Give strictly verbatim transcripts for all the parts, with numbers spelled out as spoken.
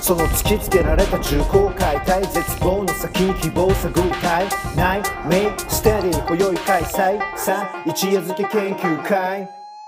その突きつけられた重厚解体絶望の先に希望探るたいないメイステディ今宵開催さあ一夜漬け研究会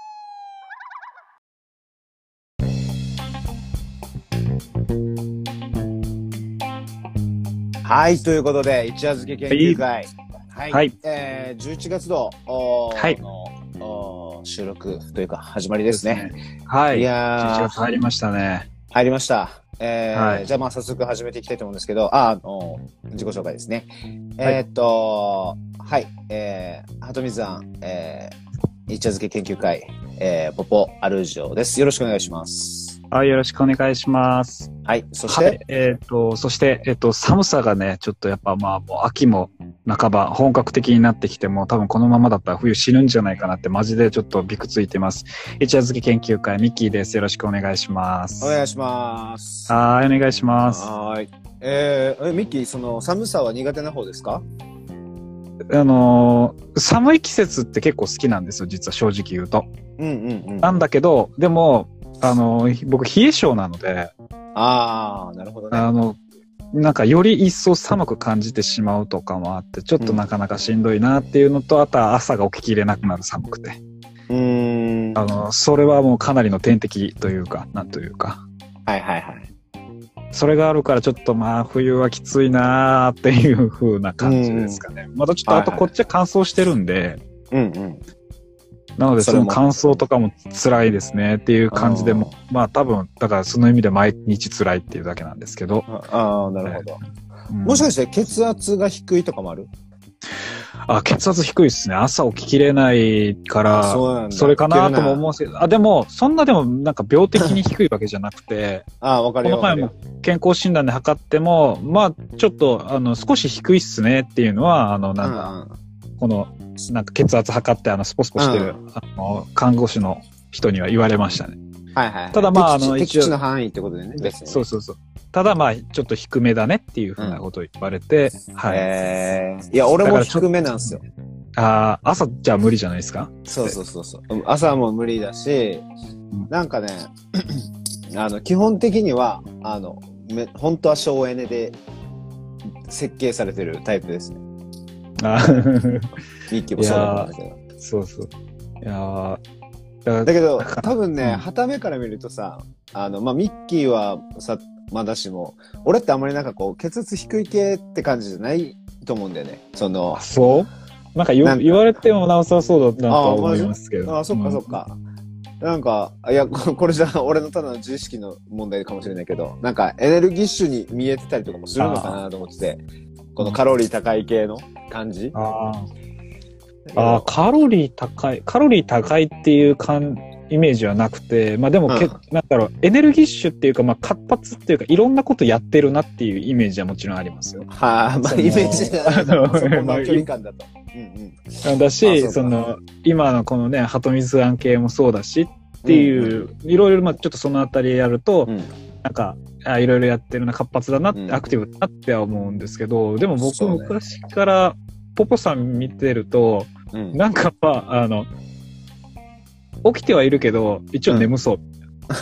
はいということで一夜漬け研究会はい、はい、えー、じゅういちがつの、はい、の収録というか始まりですね。 ですねはい。いやー、じゅういちがつ入りましたね。 入りました。えー、はい、じゃあまあ早速始めていきたいと思うんですけど、あ、あの自己紹介ですね。はい、えー、っとはい、えー、鳩水庵、えー、一夜漬け研究会、えー、ポポアルージョです。よろしくお願いします。 はい、よろしくお願いします。 はい、そして、 はい、えっ、ー、と、そして、えっ、ー、と、寒さがね、ちょっとやっぱまあ、もう秋も半ば本格的になってきても、多分このままだったら冬死ぬんじゃないかなってマジでちょっとびくついてます。一夜漬け研究会、ミッキーです。よろしくお願いします。 お願いします。 はい、お願いします。 はい。えー、え、ミッキー、その寒さは苦手な方ですか？ あのー、寒い季節って結構好きなんですよ、実は正直言うと。 うんうんうん。 なんだけど、でも、あの、僕、冷え性なので。 ああ、なるほどね。 あの、なんかより一層寒く感じてしまうとかもあって、ちょっとなかなかしんどいなっていうのと、うん、あとは朝が起ききれなくなる寒くて。 うーん。 あの、それはもうかなりの天敵というか、なんというか。 はいはいはい。 それがあるからちょっとまあ冬はきついなーっていう風な感じですかね。またちょっとあとこっちは乾燥してるんで。はいはい、うんうん。なので、その乾燥とかも辛いですねっていう感じでも、まあ多分、だからその意味で毎日辛いっていうだけなんですけど。 ああ、なるほど、うん。もしかして血圧が低いとかもある？ あ、血圧低いですね。朝起ききれないから、そうなんだ、それかなとも思うんですけど、あ、でも、そんなでもなんか病的に低いわけじなくて、 あ、わかるよ。 この前も健康診断で測っても、まあちょっと、あの、少し低いっすねっていうのは、あの、なんか、うんうん、この、なんか血圧測ってあのスポスポしてる、うん、あの看護師の人には言われましたね。 はいはい、はい。 ただまああの適地の範囲ってことでね。別に。 そうそうそう。ただまあちょっと低めだねっていうふうなことを言われて、 うん、はい。えー、いや俺も低めなんですよ。 ああ朝じゃ無理じゃないですか。 そうそうそうそう。朝も無理だし、うん、なんかねあの基本的にはあのめ本当は省エネで設計されてるタイプですね。 あミッキーもそうなんだけど。 そうそう。いやだけど、多分ね、はためから見るとさ、あの、まあ、ミッキーはさ、まだしも、俺ってあんまりなんかこう、血圧低い系って感じじゃないと思うんだよね。その、 そうなんか言わ言われてもなおさそうだなと思いますけど。 あ、あ、そっかそっか。うん、なんか、いや、これじゃ俺のただの自意識の問題かもしれないけど、なんかエネルギッシュに見えてたりとかもするのかなと思ってて、このカロリー高い系の感じ。 あああ、カロリー高い、カロリー高いっていう感イメージはなくて、まあでもけ、うん、なんだろう、エネルギッシュっていうか、まあ活発っていうか、いろんなことやってるなっていうイメージはもちろんありますよ。 はあ、まあイメージだ、あの、そこの距離感だと。うんうん、だし、その、今のこのね、鳩水庵系もそうだしっていう、うんうん、いろいろ、まあちょっとそのあたりやると、うん、なんか、あいろいろやってるな、活発だなって、うん、アクティブだなっては思うんですけど、でも僕、ね、昔から、ポポさん見てると、うん、なんかまあ、あの、起きてはいるけど、一応眠そう。 うん、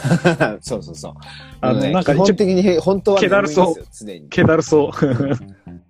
そうそうそう。 あの、ね、なんか基本的に本当は眠いんですよ、常に。 気だるそう。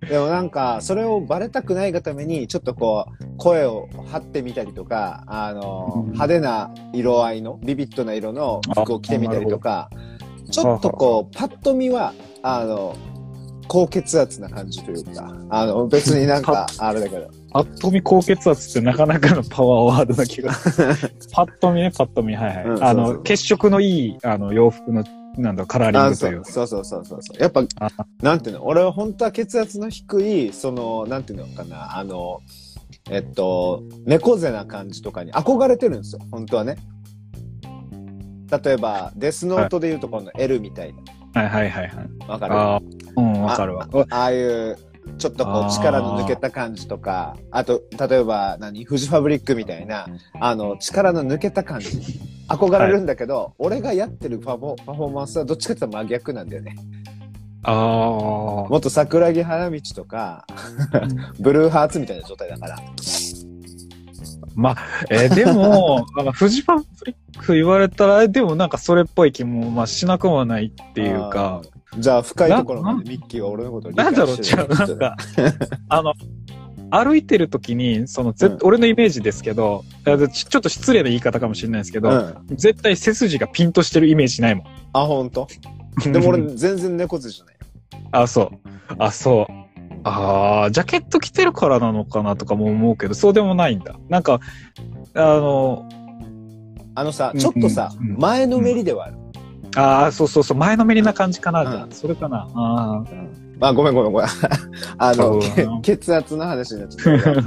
でもなんか、それをバレたくないがために、ちょっとこう、声を張ってみたりとか、あの、うん、派手な色合いの、ビビッドな色の服を着てみたりとか、ちょっとこう、パッと見は、あの、高血圧な感じというか、あの、別になんか、あれだけど。 パッと見高血圧ってなかなかのパワーワードな気がする。パッと見ね、パッと見、はいはい。うん、あの、そうそう血色のいい、あの、洋服の、なんだ、カラーリングというか。 そうそうそうそうそう。やっぱ、なんていうの、俺は本当は血圧の低い、その、なんていうのかな、あの、えっと、猫背な感じとかに憧れてるんですよ、本当はね。例えば、デスノートでいうとこの L みたいな。 はいはいはいはい。 わかる？ あうん、わかるわ。 あ, ああいう、ちょっとこう力の抜けた感じとか、あと、例えば何フジファブリックみたいな、あの、力の抜けた感じ。憧れるんだけど、はい、俺がやってるパフォ、パフォーマンスはどっちかっていうと真逆なんだよね。 ああ。 もっと桜木花道とか、ブルーハーツみたいな状態だから。 まあ、えー、でも、フジファブリック言われたら、でもなんかそれっぽい気も、まあ、しなくもないっていうか、 じゃあ深いところまでミッキーは俺のことを理解してる。 なんだろう、違う、なんか、あの、歩いてる時に、その、ぜ、うん、俺のイメージですけど、ちょっと失礼な言い方かもしれないですけど、うん、絶対背筋がピンとしてるイメージないもん。 あ、ほんと？でも俺全然猫背じゃないよ。 あ、そう。あ、そう。ああ、ジャケット着てるからなのかなとかも思うけど、そうでもないんだ。なんか、あの、 あのさ、ちょっとさ、うんうん、前のめりではある。 うん、ああ、そうそうそう、前のめりな感じかな、じゃあ、うん、それかな。ああ。 うんあ、ごめんごめんごめん。あの、血圧の話になっちゃった。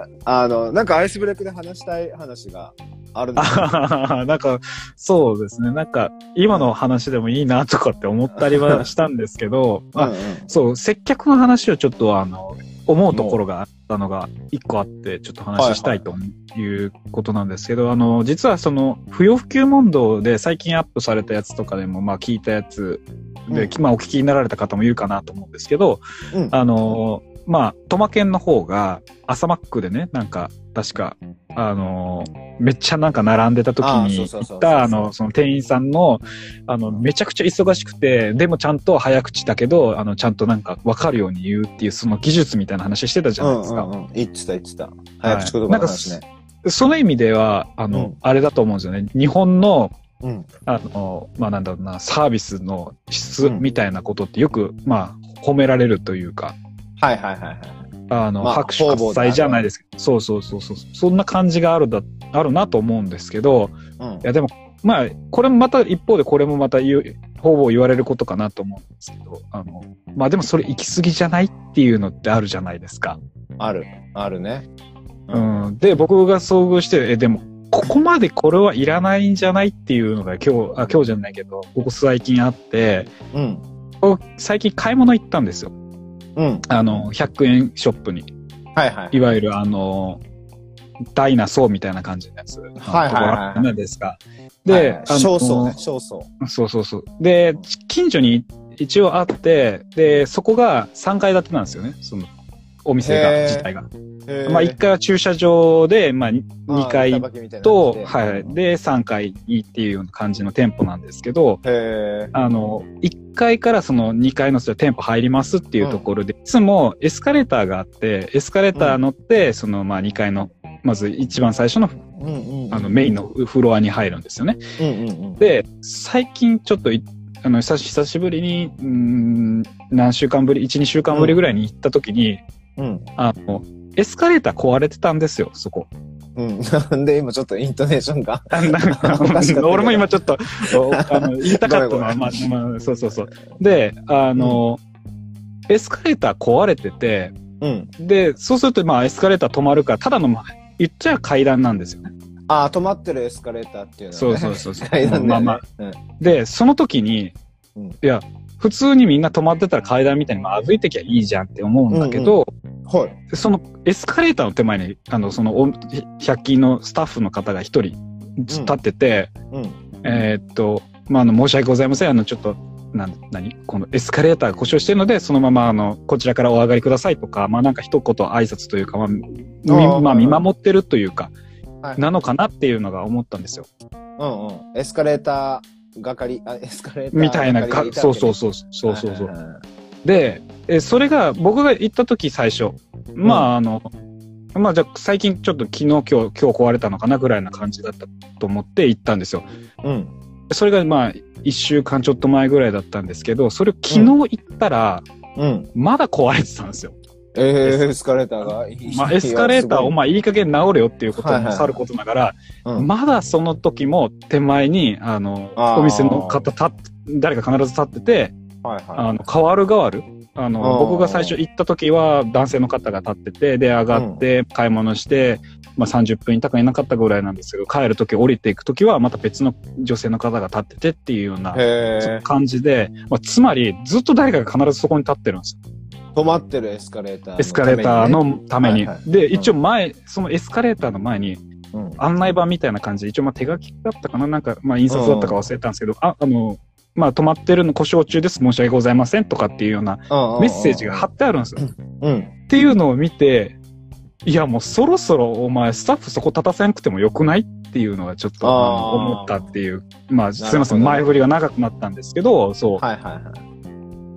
あの、なんかアイスブレイクで話したい話があるんですか？なんか、そうですね。なんか、今の話でもいいなとかって思ったりはしたんですけど、うんうん、あそう、接客の話をちょっとあの、思うところがあったのが一個あって、ちょっと話したいということなんですけど、はいはい、あの、実はその、不要不急問答で最近アップされたやつとかでも、まあ聞いたやつで、うん、まあお聞きになられた方もいるかなと思うんですけど、うん、あの、まあ、トマケンの方が、朝マックでね、なんか、確か、あの、めっちゃなんか並んでた時に行った、あの、その店員さんの、あの、めちゃくちゃ忙しくて、でもちゃんと早口だけど、あの、ちゃんとなんか分かるように言うっていう、その技術みたいな話してたじゃないですか。 うんうんうん、言ってた言ってた。早口言葉の話ね。 はい、なんか、その意味では、あの、うん、あれだと思うんですよね。日本の、うん、あの、まあ、なんだろうな、サービスの質みたいなことってよく、うん、まあ、褒められるというか。 はいはいはいはい。 あの、まあ、拍手喝采じゃないですけど、そうそうそうそう。そんな感じがあるだ、あるなと思うんですけど、うん、いやでも、まあ、これもまた一方でこれもまた言う、ほぼ言われることかなと思うんですけど、あの、まあでもそれ行き過ぎじゃないっていうのってあるじゃないですか。 ある。あるね。 うん。うん、で、僕が遭遇して、え、でも、ここまでこれはいらないんじゃないっていうのが今日、あ、今日じゃないけど、ここ最近あって、うん。最近買い物行ったんですよ。うん。あの、ひゃくえんショップに。はいはい。いわゆるあの、ダイナソーみたいな感じのやつ。はいはいはい。なんですか。で、はいはい、 少々ね、少々。 そうそうそう。で、近所に一応あって、で、そこがさんかい建てなんですよね。その、お店が、自体が。まあいっかいは駐車場で、まあにかいと、はい。で、さんかいにっていうような感じの店舗なんですけど、あの、いっかいからそのにかいの店舗入りますっていうところで、うん、いつもエスカレーターがあって、エスカレーター乗って、うん、そのまあにかいの、まず一番最初の、うんうんうん、あのメインのフロアに入るんですよね。うんうんうん、で、最近ちょっとあの久し、久しぶりに、うん、何週間ぶり、いち、にしゅうかんぶりぐらいに行った時に、うん、あの、エスカレーター壊れてたんですよ、そこ。 うん。なんで今ちょっとイントネーションが。 なんか俺も今ちょっと、あの、言いたかったのは、まあ、まあ、そうそうそう。で、あの、うん、エスカレーター壊れてて、うん、で、そうするとまあエスカレーター止まるから、ただの、言っちゃ階段なんですよね。 ああ、止まってるエスカレーターっていうのは、ね。 そうそうそうそう。 階段だよね。まあまあ、 うん。で、その時に、うん、いや、普通にみんな止まってたら階段みたいに歩いてきゃいいじゃんって思うんだけど、うんうん、はい。そのエスカレーターの手前に、あの、その、ひゃく均のスタッフの方が一人立ってて、うんうん、えー、っと、まあ、あの、申し訳ございません。あの、ちょっと、なん、何このエスカレーターが故障してるので、そのまま、あの、こちらからお上がりくださいとか、まあ、なんか一言挨拶というか、まあ、みまあ、見守ってるというか、はい、なのかなっていうのが思ったんですよ。 うんうん。エスカレーター、係、あ、エスカレーターみたいなか、そうそうそう、そうそうそう。はいはいはい、で、え、それが、僕が行った時最初、まあ、うん、あの、まあ、じゃあ最近ちょっと昨日今日、今日壊れたのかなぐらいな感じだったと思って行ったんですよ。うん。それがまあ、一週間ちょっと前ぐらいだったんですけど、それを昨日行ったら、うん。まだ壊れてたんですよ。 えー、エスカレーターがまあ、エスカレーターをまあいい加減直れよっていうこともさることながら、はいはいうん、まだその時も手前に、あの、お店の方た、誰か必ず立ってて、はいはい、あの、変わる変わる。あの、僕が最初行った時は男性の方が立ってて、で、上がって買い物して、うん、まあさんじゅっぷんいたかいなかったぐらいなんですけど、帰る時降りていく時はまた別の女性の方が立っててっていうような感じで、まあ、つまりずっと誰かが必ずそこに立ってるんですよ。 止まってるエスカレーターのために、ね。 エスカレーターのために。はいはい、で、一応前、うん、そのエスカレーターの前に、案内板みたいな感じで、一応まあ手書きだったかななんか、まあ印刷だったか忘れたんですけど、うん、あ、あの、まあ止まってるの故障中です。申し訳ございませんとかっていうようなメッセージが貼ってあるんですよ。うん。っていうのを見て、いやもうそろそろお前スタッフそこ立たせなくてもよくないっていうのがちょっと思ったっていう。まあすいません、前振りが長くなったんですけど、そう。はいはいはい。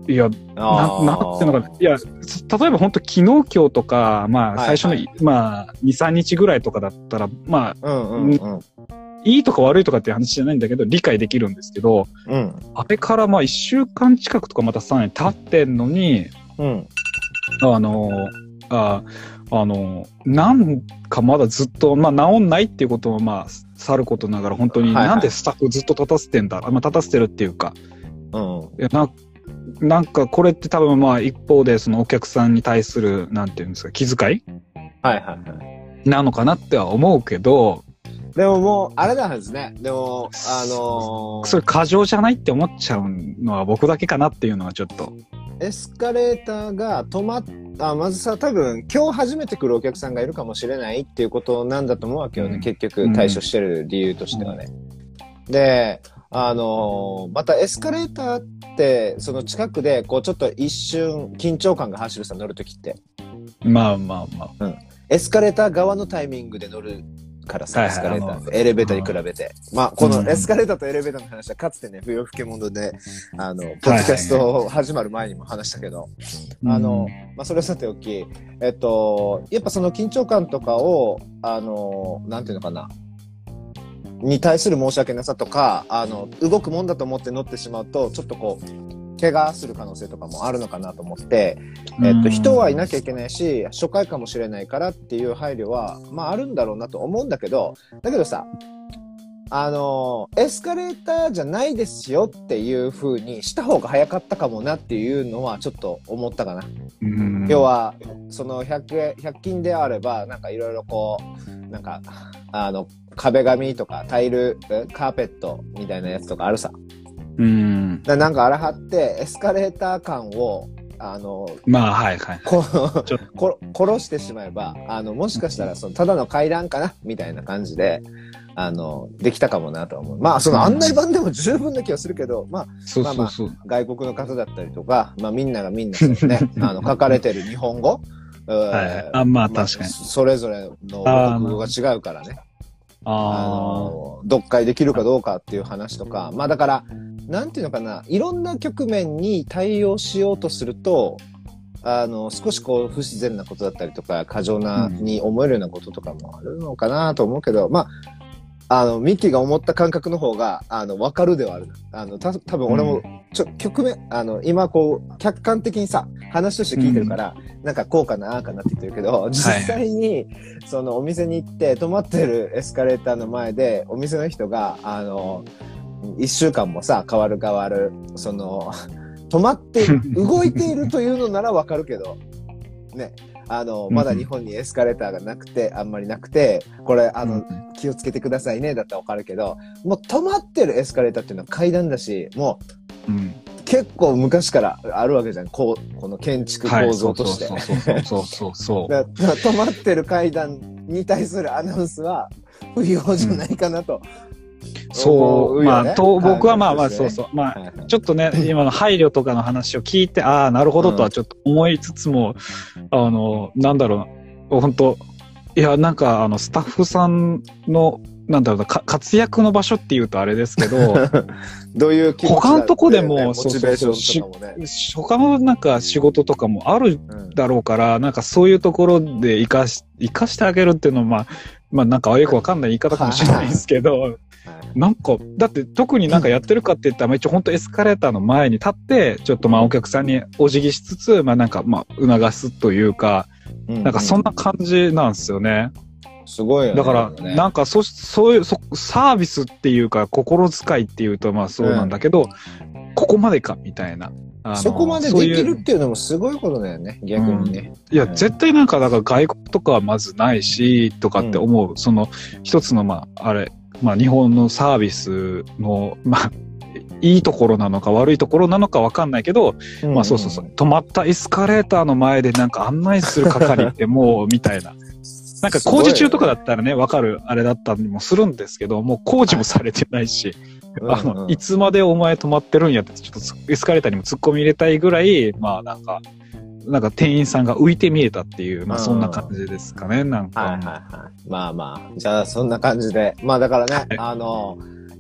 いや、な、なんていうのかな。いや、例えば本当昨日今日とか、まあ最初の、はいはい、まあに、さんにちぐらいとかだったら、まあ、うんうんうん、いいとか悪いとかっていう話じゃないんだけど、理解できるんですけど、うん、あれからまあいっしゅうかん近くとかまたさらに経ってんのに、うん、あの、あ、あの、なんかまだずっと、まあ治んないっていうこともまあ、さることながら本当になんでスタッフずっと立たせてんだ、はいはい、まあ立たせてるっていうか、うん、いやななんかこれって多分まあ一方でそのお客さんに対するなんていうんですか気遣いはいはいはいなのかなっては思うけどでももうあれなんですねでもあのー、 それ過剰じゃないって思っちゃうのは僕だけかなっていうのはちょっとエスカレーターが止まったまずさ多分今日初めて来るお客さんがいるかもしれないっていうことなんだと思うわけよね、うん、結局対処してる理由としてはね、うん、であのー、またエスカレーターってその近くでこうちょっと一瞬緊張感が走るさ乗るときってまあまあまあ、 うん、エスカレーター側のタイミングで乗るからさ、はいはい、エスカレーターってエレベーターに比べてまあこのエスカレーターとエレベーターの話はかつてね不要不急者であのポッドキャスト始まる前にも話したけど、はいはい、あのまあそれはさておきえっとやっぱその緊張感とかをあのなんていうのかなに対する申し訳なさとかあの動くもんだと思って乗ってしまうとちょっとこう怪我する可能性とかもあるのかなと思って、えっと、人はいなきゃいけないし初回かもしれないからっていう配慮はまああるんだろうなと思うんだけどだけどさあのエスカレーターじゃないですよっていう風にした方が早かったかもなっていうのはちょっと思ったかな。うん要はそのひゃくえんひゃく均であればなんかいろいろこうなんかあの壁紙とかタイルカーペットみたいなやつとかあるさ。うんだなんかあれ貼ってエスカレーター感をあのまあはいはいここ殺してしまえばあのもしかしたらそのただの階段かなみたいな感じであのできたかもなと思う。まあその案内板でも十分な気はするけど、まあまあまあ外国の方だったりとか、まあみんながみんなそのねあの書かれてる日本語、 はいあまあ確かに、まあ、 それぞれの母国語が違うからね。ああの読解できるかどうかっていう話とか、まあだからなんていうのかないろんな局面に対応しようとすると。あの少しこう不自然なことだったりとか過剰なに思えるようなこととかもあるのかなと思うけど、うん、まああのミッキーが思った感覚の方があの分かるではあるあのた多分俺もちょ、うん、局面あの今こう客観的にさ話として聞いてるから、うん、なんかこうかなあかなって言ってるけど実際に、はい、そのお店に行って止まってるエスカレーターの前でお店の人があのいっしゅうかんもさ変わる変わるその止まって動いているというのならわかるけどねあのまだ日本にエスカレーターがなくてあんまりなくてこれあの気をつけてくださいねだったらわかるけどもう止まってるエスカレーターっていうのは階段だしもう、うん、結構昔からあるわけじゃんこうこの建築構造として止まってる階段に対するアナウンスは不要じゃないかなと、うんそう、ね、まあ、と、僕はまあまあ、そうそう。まあ、はいはい、ちょっとね、今の配慮とかの話を聞いて、ああ、なるほどとはちょっと思いつつも、うん、あの、なんだろうな、本当いや、なんか、あの、スタッフさんの、なんだろうな、活躍の場所っていうとあれですけど、 どういう気持ち他のとこでも、 ね、そうそうそう、 ね、他のなんか仕事とかもあるだろうから、うん、なんかそういうところで活かし、活かしてあげるっていうのは、まあ、まあなんかよくわかんない言い方かもしれないですけど、なんか、だって特になんかやってるかって言ったら、一応本当エスカレーターの前に立って、ちょっとまあお客さんにお辞儀しつつ、まあなんかまあ促すというか、うんうん、なんかそんな感じなんですよね。 すごいよね。 だから、ね、なんかそ、そういう、そ、サービスっていうか、心遣いっていうとまあそうなんだけど、うん、ここまでか、みたいな。 そこまでできるっていうのもすごいことだよね、逆にね。 うん、いや、絶対なんか、だから外国とかはまずないし、とかって思う。うん、その、一つの、まあ、あれ、まあ、日本のサービスの、まあ、いいところなのか悪いところなのかわかんないけど、うんうん、まあそうそうそう、止まったエスカレーターの前でなんか案内する係ってもう、みたいな。なんか工事中とかだったらね、わかるあれだったりもするんですけど、もう工事もされてないし、はい、あの、うんうん、いつまでお前止まってるんやって、ちょっとエスカレーターにも突っ込み入れたいぐらい、まあなんか、なんか店員さんが浮いて見えたっていう、まあそんな感じですかね、なんか。 はいはいはい。まあまあ、じゃあそんな感じで。まあだからね、はい、あの、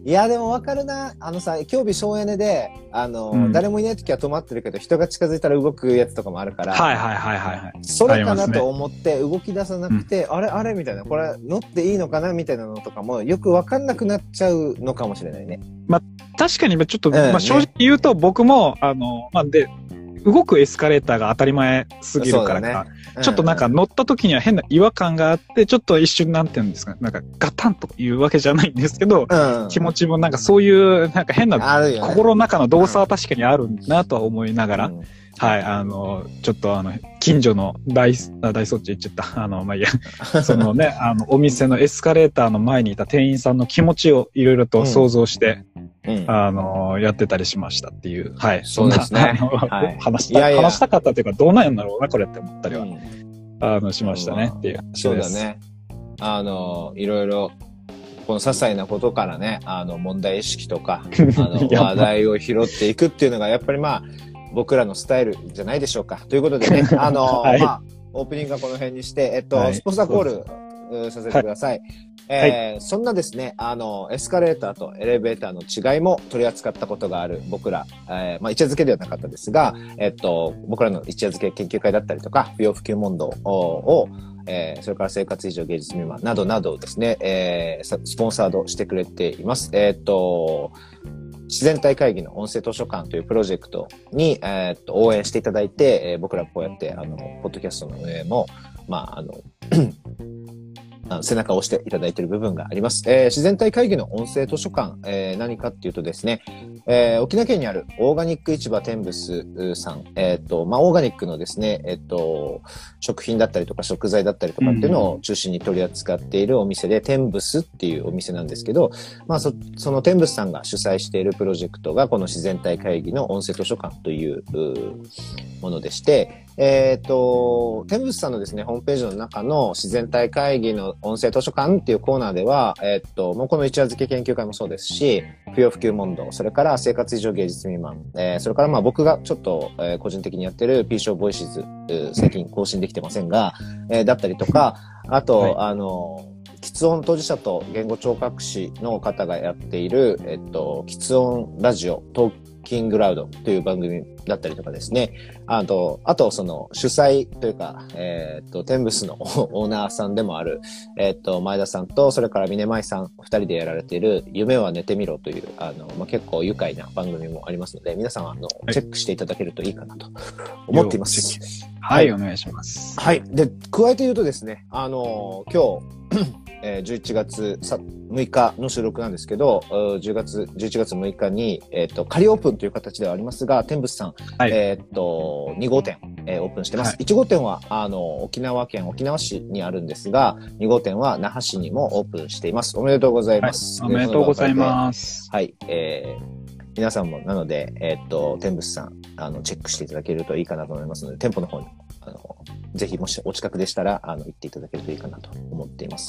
いや、でもわかるな。あのさ、興味省エネで、あの、うん、誰もいない時は止まってるけど、人が近づいたら動くやつとかもあるから。 はいはいはいはい、はい。 それかなと思って動き出さなくて、ね、あれあれみたいな、これ乗っていいのかなみたいなのとかもよくわかんなくなっちゃうのかもしれないね。 まあ、確かにちょっと、うん、まあ正直言うと僕も、あの、まあで、動くエスカレーターが当たり前すぎるからか、ねうん、ちょっとなんか乗った時には変な違和感があって、ちょっと一瞬なんていうんですか、なんかガタンというわけじゃないんですけど、うん、気持ちもなんかそういうなんか変な心の中の動作は確かにあるなとは思いながら、うん、はい、あの、ちょっとあの、近所の大、大そっち言っちゃった。あの、まあ、いや、そのね、あの、お店のエスカレーターの前にいた店員さんの気持ちをいろいろと想像して、うんうん、あの、やってたりしましたっていう、はい。 そうですね。 はい、話したいやいや、話したかったというか、どうなんだろうな、これって思ったりは、うん、あの、しましたねっていう話です。 そうだね。あの、いろいろ、この些細なことからね、あの、問題意識とか、あの、話題を拾っていくっていうのが、やっぱりまあ、僕らのスタイルじゃないでしょうか。ということでね、あの、はい、まあ、オープニングはこの辺にして、えっと、はい、スポンサーコールさせてください。はいえーはい、そんなですね、あの、エスカレーターとエレベーターの違いも取り扱ったことがある僕ら、えー、まあ、一夜漬けではなかったですが、えっと、僕らの一夜漬け研究会だったりとか、不要不急問答を、えー、それから生活以上芸術未満などなどをですね、えー、スポンサードしてくれています。えっと、自然体会議の音声図書館というプロジェクトに、えー、っと応援していただいて、えー、僕らこうやってあのポッドキャストの運営もまああのあの背中を押していただいている部分があります。えー、自然体会議の音声図書館、えー、何かっていうとですね、えー、沖縄県にあるオーガニック市場テンブスさん、えっと、まあ、オーガニックのですね、えっと、食品だったりとか食材だったりとかっていうのを中心に取り扱っているお店で、テンブスっていうお店なんですけど、まあ、そ、そのテンブスさんが主催しているプロジェクトがこの自然体会議の音声図書館というものでして、えっと、テンブスさんのですね、ホームページの中の自然体会議の音声図書館っていうコーナーでは、えっと、もうこの一夜漬け研究会もそうですし、不要不急問答、それから生活以上芸術未満、えー、それからまあ僕がちょっと、えー、個人的にやってる P ショーボイシーズ、最近更新できてませんが、えー、だったりとか、あと、はい、あの、喫音当事者と言語聴覚士の方がやっている、えっと、喫音ラジオ、トーキングラウドという番組だったりとかですね。あと、あと、その、主催というか、えっと、テンブスのオーナーさんでもある、えっと、前田さんと、それから峰舞さん、二人でやられている、夢は寝てみろという、あの、まあ、結構愉快な番組もありますので、皆さん、あの、チェックしていただけるといいかなと思っています。 はい、はい、お願いします。 はい。で、加えて言うとですね、あの、今日、えー、じゅういちがつむいかの収録なんですけど、じゅうがつ、じゅういちがつむいかに、えっと、仮オープンという形ではありますが、テンブスさん、はい、えっと、に号店、えー、オープンしてます。はい、いち号店は、あの、沖縄県沖縄市にあるんですが、に号店は那覇市にもオープンしています。おめでとうございます。 はい、おめでとうございます。 はい、えー、皆さんも、なので、えっと、テンブスさん、あの、チェックしていただけるといいかなと思いますので、店舗の方に、あの、ぜひもしお近くでしたら、あの、行っていただけるといいかなと思っています。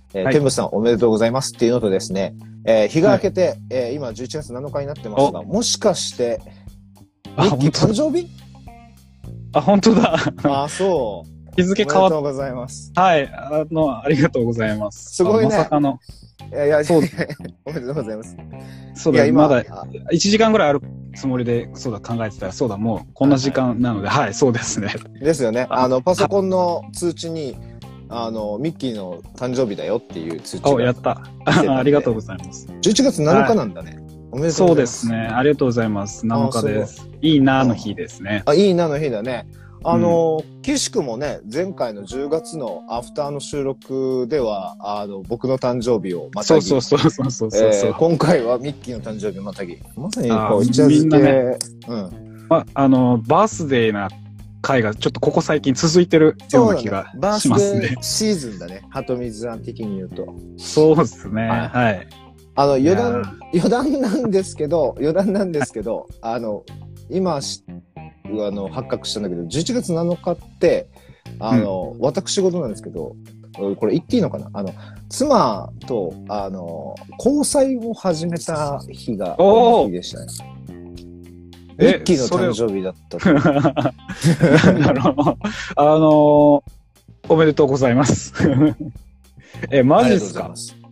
えーはい、テンブスさんおめでとうございますっていうのとですね、えー、日が明けて、はい、えー、今じゅういちがつなのかになってますが、もしかして、ミッキー誕生日？ あ、本当だ。 あ、そう。 日付変わった。 おめでとうございます。 はい、あの、ありがとうございます。 すごいね。 まさかの。 いやいや、そうおめでとうございます。 そうだ、まだいちじかんぐらいあるつもりで、そうだ、考えてたら、そうだ、もうこんな時間なので、はい、はい、そうですね。 ですよね。あの、パソコンの通知に、あの、ミッキーの誕生日だよっていう通知が。 お、やった。ありがとうございます。 じゅういちがつなのかなんだね。はい、おめでとうございます。 そうですね。ありがとうございます。なのかです。いいなの日ですね。 あ、いいなの日だね。あの、うん、岸くもね、前回のじゅうがつのアフターの収録では、あの、僕の誕生日をまたぎ。 そうそうそうそうそうそう、えー、 今回はミッキーの誕生日をまたぎ。まさに、こう、一夜漬け、ね、うん。 ま、あの、バースデーな回がちょっとここ最近続いてるような気がしますね。 バースデーシーズンだね。鳩水さん的に言うと。 そうですね。はい。はい、 あの、余談、余談なんですけど、余談なんですけど、あの、今、あの、発覚したんだけど、じゅういちがつなのかって、あの、うん、私事なんですけど、これ言っていいのかなあの、妻と、あの、交際を始めた日が、日でしたね。ミッキーの誕生日だったと。 なんだろう。あのー、おめでとうございます。え、マジですか？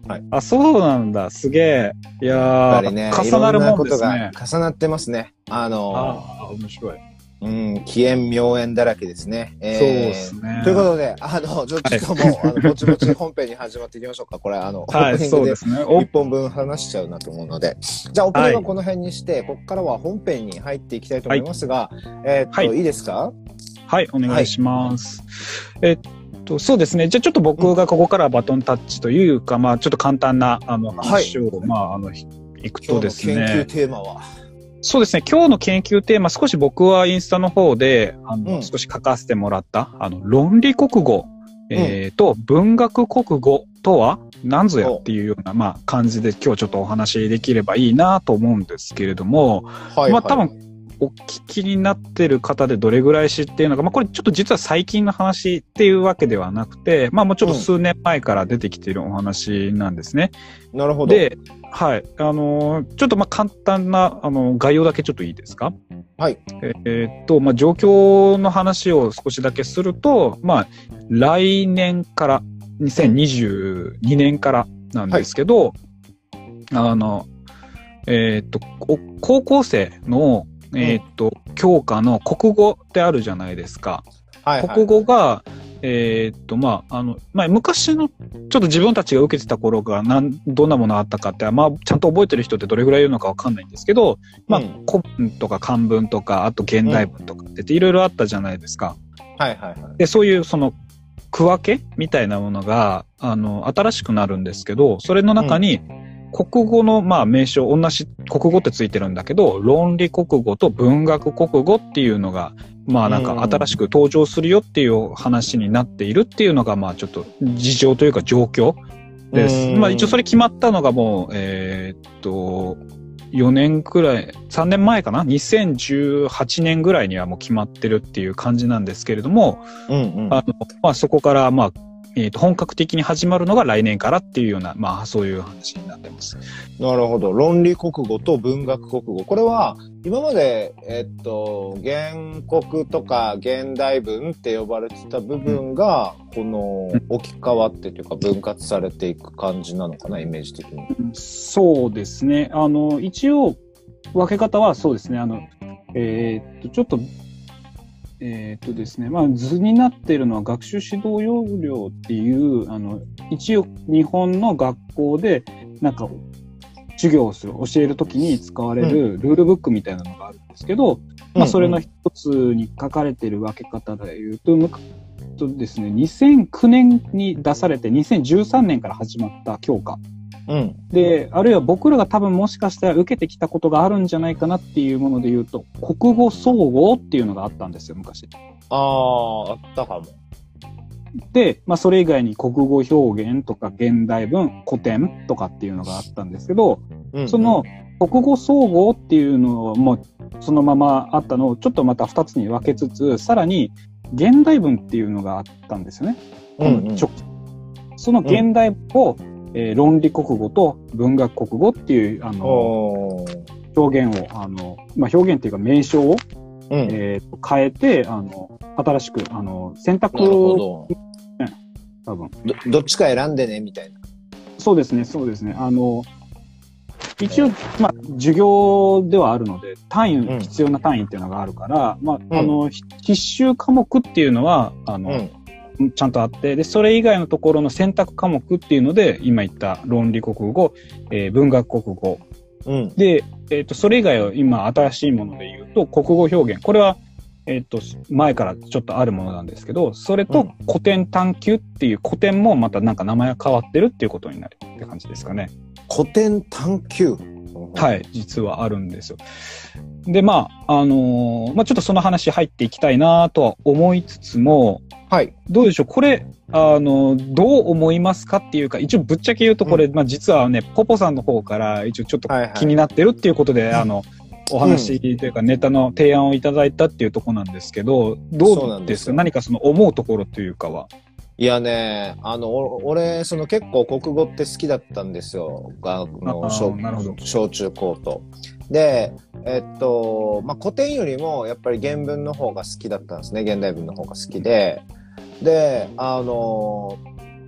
はい。 あ、そうなんだ。すげえ。いややっぱりね、 ー、重なるもんですいろんなね。 ことが重なってますね。あのああ、面白い。 うん、奇縁妙縁だらけですね。えー、 そうですね。 ということで、あの、ちょっと今日も、あの、ぼちぼち本編に始まっていきましょうか。これ、あの、オはい、 ープニングでそうですね。 一本分話しちゃうなと思うので。じゃあ、オープニングはこの辺にして、ここからは本編に入っていきたいと思いますが、えーっと、 はいいいですか？ はい、お願いします。えっと、そうですね。じゃあちょっと僕がここからバトンタッチというか、まあちょっと簡単なあの話を、まああの、いくとですね。 今日の研究テーマは？ そうですね。今日の研究テーマ、少し僕はインスタの方で、あの、 うん少し書かせてもらった、あの、論理国語、えーと、文学国語とは何ぞやっていうような、まあ、感じで今日ちょっとお話できればいいなと思うんですけれども、 はい、 まあ多分、お聞きになってる方でどれぐらい知っているのか、まあこれちょっと実は最近の話っていうわけではなくて、まあもうちょっと数年前から出てきているお話なんですね。 うん、なるほど。 で、はい。あのー、ちょっとまあ簡単な、あの、概要だけちょっといいですか？ はい。 えーっと、まあ状況の話を少しだけすると、まあ来年から、にせんにじゅうにねんからなんですけど、はい、あの、えーっと、高校生の、えーっと、教科の国語ってあるじゃないですか。はいはい、国語が、えーっと、まあ、あの、まあ、昔の、ちょっと自分たちが受けてた頃が、なん、どんなものあったかって、まあ、ちゃんと覚えてる人ってどれぐらいいるのかわかんないんですけど、まあ、古文とか漢文とか、あと現代文とかっていろいろあったじゃないですか。 はいはいはい。 で、そういう、その、区分けみたいなものが、あの、新しくなるんですけど、それの中に、国語の、まあ、名称、同じ国語ってついてるんだけど、論理国語と文学国語っていうのが、まあなんか新しく登場するよっていう話になっているっていうのが、まあちょっと事情というか状況です。まあ一応それ決まったのがもう、えー、っと、よねんくらい、さんねんまえかな ?にせんじゅうはちねんぐらいにはもう決まってるっていう感じなんですけれども、うんうん、あの、まあそこからまあ、えー、と本格的に始まるのが来年からっていうような、まあそういう話になってます。 なるほど。論理国語と文学国語。これは今まで、えっと、原告とか現代文って呼ばれてた部分が、この置き換わってというか分割されていく感じなのかな、イメージ的に。 そうですね。あの、一応分け方はそうですね。あの、えー、っと、ちょっと、えー、っとですね、まあ図になっているのは学習指導要領っていう、あの、一応日本の学校でなんか授業をする、教えるときに使われるルールブックみたいなのがあるんですけど、うん、まあそれの一つに書かれている分け方で言うと、とですね、にせんきゅうねんに出されてにせんじゅうさんねんから始まった教科。うん、で、あるいは僕らが多分もしかしたら受けてきたことがあるんじゃないかなっていうもので言うと、国語総合っていうのがあったんですよ、昔。 ああ、あったかも。 で、まあそれ以外に国語表現とか現代文、古典とかっていうのがあったんですけど、うんうん、その国語総合っていうのはもうそのままあったのをちょっとまた二つに分けつつ、さらに現代文っていうのがあったんですよね。うんうん、その現代文を、うんえー、論理国語と文学国語っていう、あの、表現を、あの、まあ、表現っていうか名称を、うん、えー、変えて、あの、新しく、あの、選択を、ね、多分ど。どっちか選んでね、みたいな。 そうですね、そうですね。あの、一応、まあ、授業ではあるので、単位、うん、必要な単位っていうのがあるから、まあ、うん、あの、必修科目っていうのは、あの、うんちゃんとあって、で、それ以外のところの選択科目っていうので、今言った論理国語、えー、文学国語。うん、で、えっと、それ以外は今新しいもので言うと、国語表現。これは、えっと、前からちょっとあるものなんですけど、それと古典探究っていう古典もまたなんか名前が変わってるっていうことになるって感じですかね。 古典探究？ はい、実はあるんですよ。で、まあ、あのー、まあ、ちょっとその話入っていきたいなとは思いつつも、はい。どうでしょうこれ、あの、どう思いますかっていうか、一応ぶっちゃけ言うとこれ、うん、まあ実はね、ポポさんの方から一応ちょっと気になってるっていうことで、はいはい、あの、お話というかネタの提案をいただいたっていうところなんですけど、どうですか何かその思うところというかは。 いやね、あの、俺、その結構国語って好きだったんですよ。あの、小、小中高と。で、えっと、まあ、古典よりもやっぱり原文の方が好きだったんですね。現代文の方が好きで。で、あの、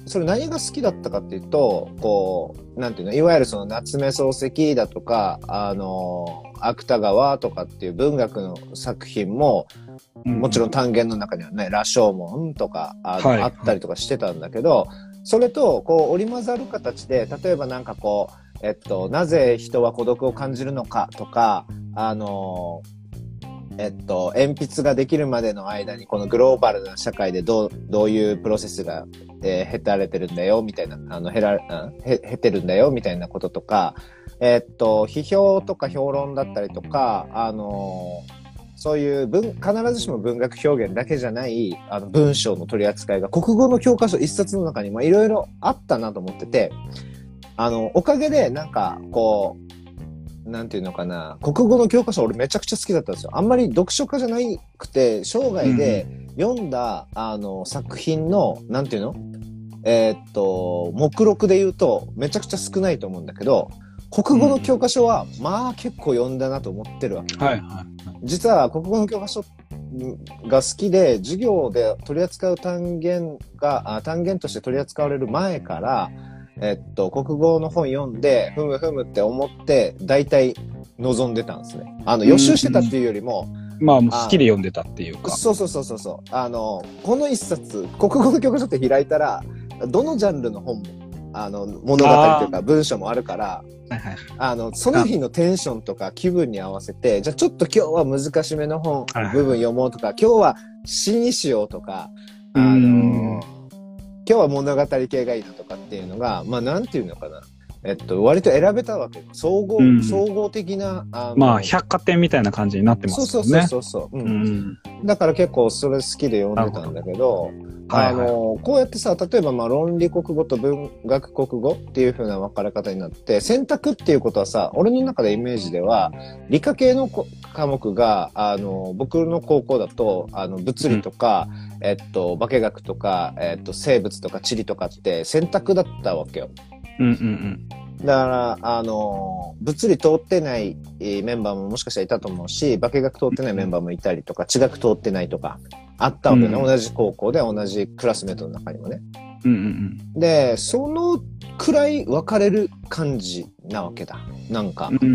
それ何が好きだったかっていうと、こう、なんていうの、いわゆるその夏目漱石だとか、あの、芥川とかっていう文学の作品も、もちろん単元の中にはね、羅生門とかあ、はい、あったりとかしてたんだけど、それと、こう、織り交ざる形で、例えばなんかこう、えっと、なぜ人は孤独を感じるのかとか、あの、えっと、鉛筆ができるまでの間に、このグローバルな社会でどう、どういうプロセスが、えー、経たれてるんだよ、みたいな、あの、へら、へ、経てるんだよ、みたいなこととか、えっと、批評とか評論だったりとか、あの、そういう文、必ずしも文学表現だけじゃない、あの、文章の取り扱いが、国語の教科書一冊の中にもいろいろあったなと思ってて、あの、おかげで、なんか、こう、なんていうのかな、国語の教科書俺めちゃくちゃ好きだったんですよ。あんまり読書家じゃなくて、生涯で読んだ、うん、あの、作品の、なんていうのえー、っと、目録で言うと、めちゃくちゃ少ないと思うんだけど、国語の教科書は、うん、まあ結構読んだなと思ってるわけ。はいはい。実は国語の教科書が好きで、授業で取り扱う単元が、あ単元として取り扱われる前から、えっと、国語の本読んで、ふむふむって思って、大体望んでたんですね。あの、予習してたっていうよりも、 まあ、好きで読んでたっていうか。 そうそうそうそうそう。あの、この一冊、国語の教科書って開いたら、どのジャンルの本も、あの、物語というか文章もあるから、あの、その日のテンションとか気分に合わせて、じゃあちょっと今日は難しめの本、部分読もうとか、今日は詩にしようとか、あの、今日は物語系がいいなとかっていうのが、まあなんていうのかな。えっと、割と選べたわけ。総合、うん、総合的な。 あまあ、百貨店みたいな感じになってますよね。 そうそうそうそう、うんうん。だから結構それ好きで読んでたんだけど、あの、はいはい、こうやってさ、例えばまあ論理国語と文学国語っていう風な分かれ方になって、選択っていうことはさ、俺の中でイメージでは、理科系の科目が、あの、僕の高校だと、あの、物理とか、うん、えっと、化学とか、えっと、生物とか地理とかって選択だったわけよ。 うんうんうん。 だから、あの、物理通ってないメンバーももしかしたらいたと思うし、化学通ってないメンバーもいたりとか、地学通ってないとか、あったわけね。うん、同じ高校で同じクラスメートの中にもね。 うんうんうん、 で、そのくらい分かれる感じなわけだ。なんか。 うん、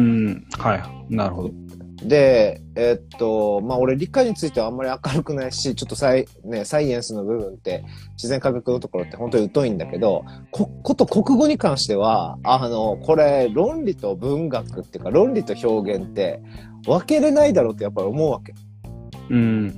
はい。なるほど。 で、えっと、まあ、俺理科についてはあんまり明るくないし、ちょっとサイ、ね、サイエンスの部分って、自然科学のところって本当に疎いんだけど、こ、こと国語に関しては、あの、これ、論理と文学っていうか、論理と表現って分けれないだろうってやっぱり思うわけ。 うん。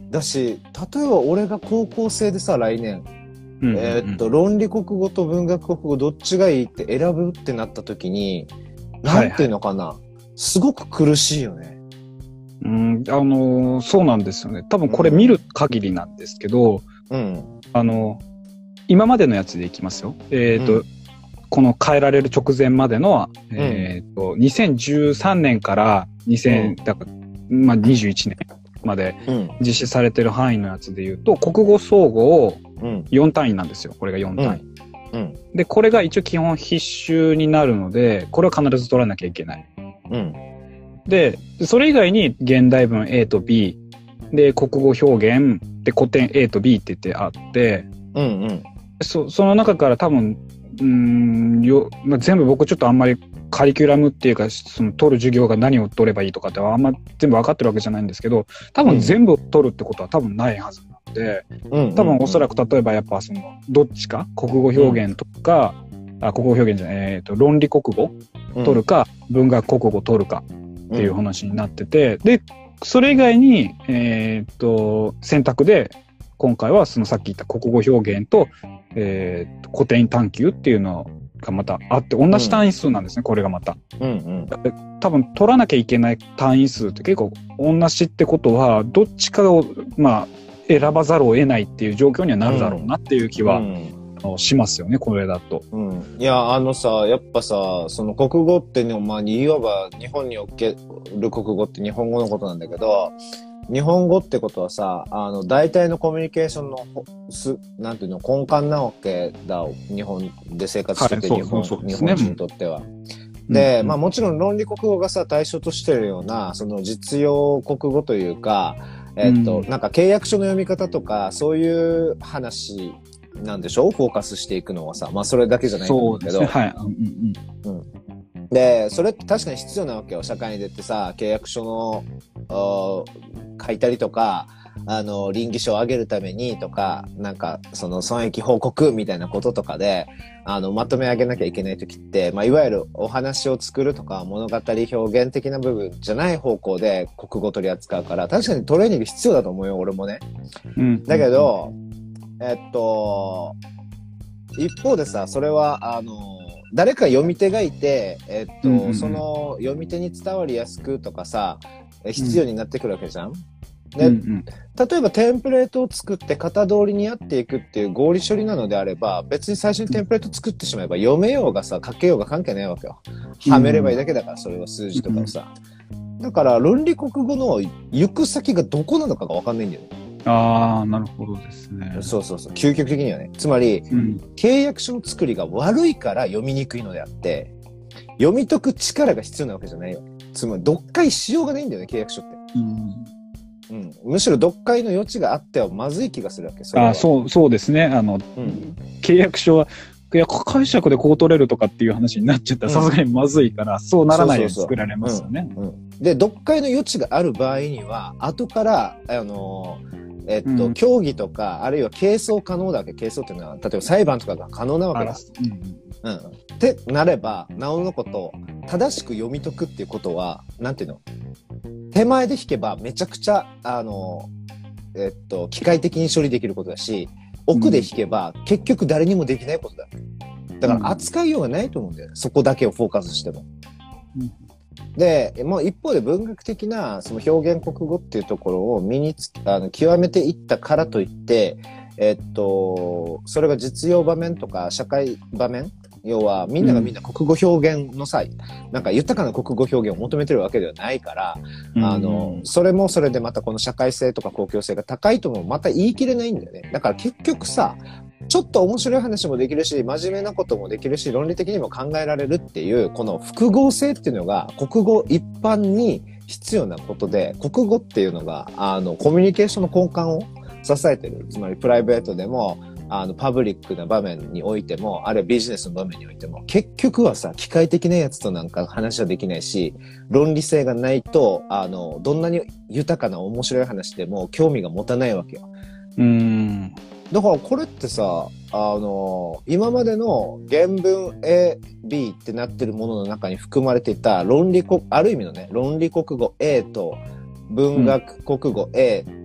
だし、例えば俺が高校生でさ、来年、うんうんうん、えー、っと、論理国語と文学国語どっちがいいって選ぶってなった時に、なんていうのかな、はいはい、すごく苦しいよね。 うん、あのー、そうなんですよね。多分これ見る限りなんですけど、 うん、 あの、今までのやつでいきますよ。えっ、ー、と、うん、この変えられる直前までの、えっ、ー、と、にせんじゅうさんねんからにせん、うん、だから、まあ、にじゅういちねんまで実施されてる範囲のやつで言うと、国語総合よん単位なんですよ。これがよん単位。 うんうん、 で、これが一応基本必修になるので、これは必ず取らなきゃいけない。 うんで、それ以外に現代文 A と B、で、国語表現、で、古典 A と B って言ってあって、 うんうん、 そ, その中から多分、うーんよまあ、全部僕ちょっとあんまりカリキュラムっていうか、その取る授業が何を取ればいいとかってあんま全部分かってるわけじゃないんですけど、多分全部取るってことは多分ないはずなので、 うん、 多分おそらく例えばやっぱその、どっちか、国語表現とか、うん、あ国語表現じゃない、えっと、論理国語取るか、うん、文学国語取るか、っていう話になってて、うん、で、それ以外に、えー、っと、選択で、今回はそのさっき言った国語表現と、えー、っと古典探究っていうのがまたあって、同じ単位数なんですね、うん、これがまた。 うんうん、 多分取らなきゃいけない単位数って結構同じってことは、どっちかを、まあ、選ばざるを得ないっていう状況にはなるだろうなっていう気は、うんうんしますよね、これだと。 うん。いや、あのさ、やっぱさ、その国語ってね、まあ、いわば日本における国語って日本語のことなんだけど、日本語ってことはさ、あの、大体のコミュニケーションの、す、なんていうの、根幹なわけだ、日本で生活してて、はい、日本、日本人にとっては。で、うん、まあもちろん論理国語がさ、対象としてるような、その実用国語というか、えっと、うん、なんか契約書の読み方とか、そういう話なんでしょう、フォーカスしていくのはさ。まあそれだけじゃないと思うけど。 そうですね。はい。うんうんうん。で、それって確かに必要なわけよ。社会に出てさ、契約書の、書いたりとか、あの、倫理書を上げるためにとか、なんか、その損益報告みたいなこととかで、あの、まとめ上げなきゃいけないときって、まあ、いわゆるお話を作るとか、物語表現的な部分じゃない方向で国語を取り扱うから、確かにトレーニング必要だと思うよ、俺もね。 うん。 だけど、えっと、一方でさ、それは、あの、誰か読み手がいて、えっと、うんうんうん、その読み手に伝わりやすくとかさ、必要になってくるわけじゃん。で、うんうん、例えばテンプレートを作って型通りにやっていくっていう合理処理なのであれば、別に最初にテンプレート作ってしまえば、読めようがさ、書けようが関係ないわけよ。はめればいいだけだから、それは数字とかをさ。だから、論理国語の行く先がどこなのかがわかんないんだよね。 ああ、なるほどですね。 そうそうそう。究極的にはね。つまり、うん、契約書の作りが悪いから読みにくいのであって、読み解く力が必要なわけじゃないよ。つまり、読解しようがないんだよね、契約書って。うんうん、むしろ読解の余地があってはまずい気がするわけ。それはあそう、そうですね。あの、うん、契約書は、いや、解釈でこう取れるとかっていう話になっちゃったらさすがにまずいから、そうならないように作られますよね。 で、読解の余地がある場合には、後から、あのー、えっと、うん、協議とか、あるいは係争可能だわけ。係争っていうのは、例えば裁判とかが可能なわけです。うん。うん。ってなれば、なおのこと、正しく読み解くっていうことは、なんていうの？手前で引けばめちゃくちゃ、あの、えっと、機械的に処理できることだし、奥で引けば結局誰にもできないことだ。だから扱いようがないと思うんだよね。そこだけをフォーカスしても。うんで、もう一方で文学的なその表現国語っていうところを身につあの極めていったからといって、えっと、それが実用場面とか社会場面、要はみんながみんな国語表現の際、うん、なんか豊かな国語表現を求めてるわけではないから、うん、あの、それもそれでまたこの社会性とか公共性が高いともまた言い切れないんだよね。だから結局さ、ちょっと面白い話もできるし、真面目なこともできるし、論理的にも考えられるっていう、この複合性っていうのが国語一般に必要なことで、国語っていうのが、あの、コミュニケーションの根幹を支えてる。つまりプライベートでも、あの、パブリックな場面においても、あるいはビジネスの場面においても、結局はさ、機械的なやつとなんか話はできないし、論理性がないと、あの、どんなに豊かな面白い話でも興味が持たないわけよ。 うーん。 だからこれってさ、あの、今までの原文 A、B ってなってるものの中に含まれていた論理国、ある意味のね、論理国語 A と文学国語 A、うん、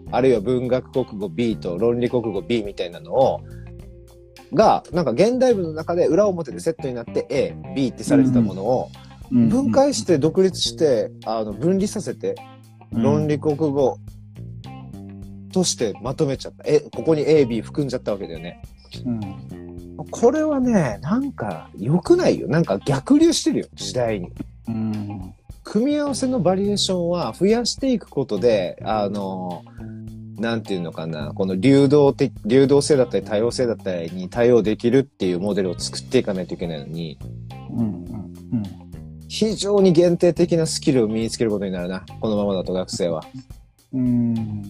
あるいは文学国語 B と論理国語 B みたいなのを、が、なんか現代文の中で裏表でセットになって A、B ってされてたものを、分解して独立して、あの、分離させて、論理国語、としてまとめちゃった。え、ここに A、B 含んじゃったわけだよね。うん。これはね、なんか良くないよ。なんか逆流してるよ、時代に。うん。組み合わせのバリエーションは増やしていくことで、あの、なんていうのかな、この流動的、流動性だったり多様性だったりに対応できるっていうモデルを作っていかないといけないのに、うんうんうん、非常に限定的なスキルを身につけることになるな、このままだと学生は。うん、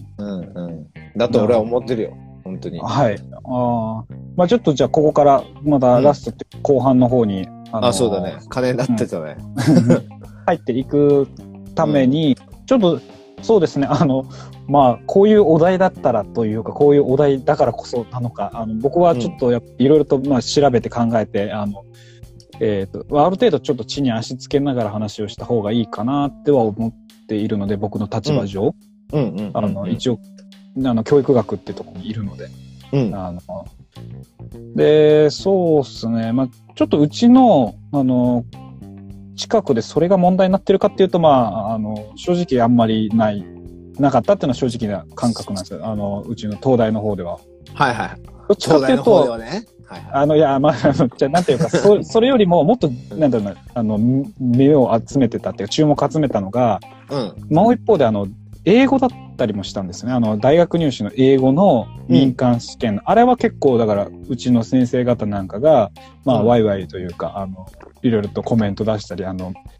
うんうん。だと俺は思ってるよ。本当に。 はい。ああ。まあちょっとじゃあここからまたラストって後半の方に。うん、 あ, のー、あ、そうだね。金になってたね。 うん、入っていくために、うん、ちょっとそうですね。あの、まあこういうお題だったらというか、こういうお題だからこそなのか、あの僕はちょっとやっぱいろいろとまあ調べて考えて、あの、えっと、ある程度ちょっと地に足つけながら話をした方がいいかなっては思っているので、僕の立場上。うんうんうんうん、あの一応あの教育学ってところにいるので、うん、あのでそうですね、まあ、ちょっとうちのあの近くでそれが問題になってるかっていうと、まあ、あの正直あんまりないなかったっていうのは正直な感覚なんですよ。あのうちの東大の方では。 はいはい。 どっちかっていうと、ね、はいはい、あのいやまあじゃなんていうかそそれよりももっとなんだろうなあの目を集めてたっていうか注目を集めたのが、うん、もう一方であの英語だったりもしたんですね。あの、大学入試の英語の民間試験。うん、あれは結構、だから、うちの先生方なんかが、まあ、うん、ワイワイというか、あの、いろいろとコメント出したり、あの、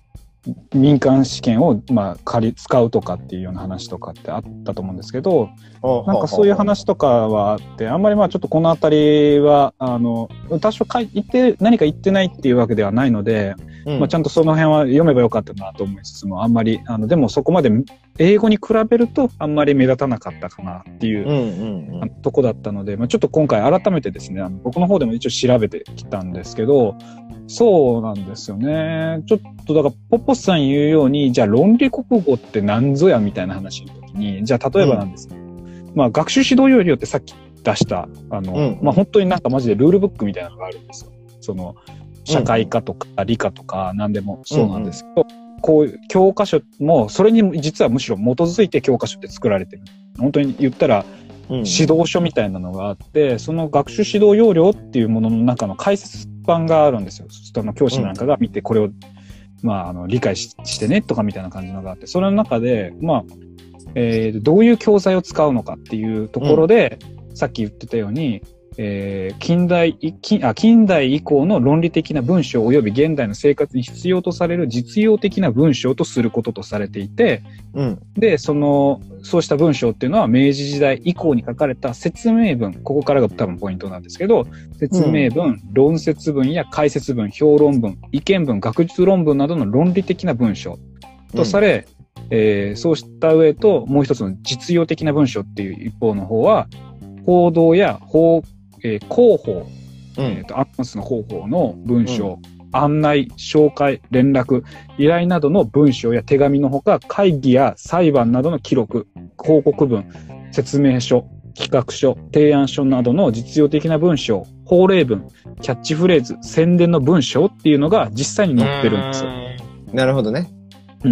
民間試験を、まあ、借り、使うとかっていうような話とかってあったと思うんですけど、なんかそういう話とかはあって、あんまりまあちょっとこのあたりは、あの、多少書い言って、何か言ってないっていうわけではないので、うん、まあちゃんとその辺は読めばよかったなと思いつつも、あんまり、あの、でもそこまで英語に比べるとあんまり目立たなかったかなっていう、うんうんうん、とこだったので、まあちょっと今回改めてですね、あの僕の方でも一応調べてきたんですけど、そうなんですよね。ちょっとだから、ポッポスさん言うように、じゃあ論理国語って何ぞやみたいな話の時に、じゃあ例えばなんですけど、うん、まあ学習指導要領ってさっき出した、あの、うん、まあ本当になんかマジでルールブックみたいなのがあるんですよ。その、社会科とか理科とか何でもそうなんですけど、うんうん、こういう教科書も、それに実はむしろ基づいて教科書って作られてる。本当に言ったら、指導書みたいなのがあって、その学習指導要領っていうものの中の解説版があるんですよ。その教師なんかが見てこれを、まあ、あの、理解 し, してねとかみたいな感じのがあって、それの中で、まあ、えー、どういう教材を使うのかっていうところで、うん、さっき言ってたように、えー、近代近あ、近代以降の論理的な文章及び現代の生活に必要とされる実用的な文章とすることとされていて、うん、で、その、そうした文章っていうのは明治時代以降に書かれた説明文、ここからが多分ポイントなんですけど、説明文、うん、論説文や解説文、評論文、意見文、学術論文などの論理的な文章とされ、うん、えー、そうした上と、もう一つの実用的な文章っていう一方の方は、報道や法えー、広報、えっと、アナウンスの広報の文章、うん、案内、紹介、連絡、依頼などの文章や手紙のほか、会議や裁判などの記録、広告文、説明書、企画書、提案書などの実用的な文章、法令文、キャッチフレーズ、宣伝の文章っていうのが実際に載ってるんですよ。 なるほどね。 うん。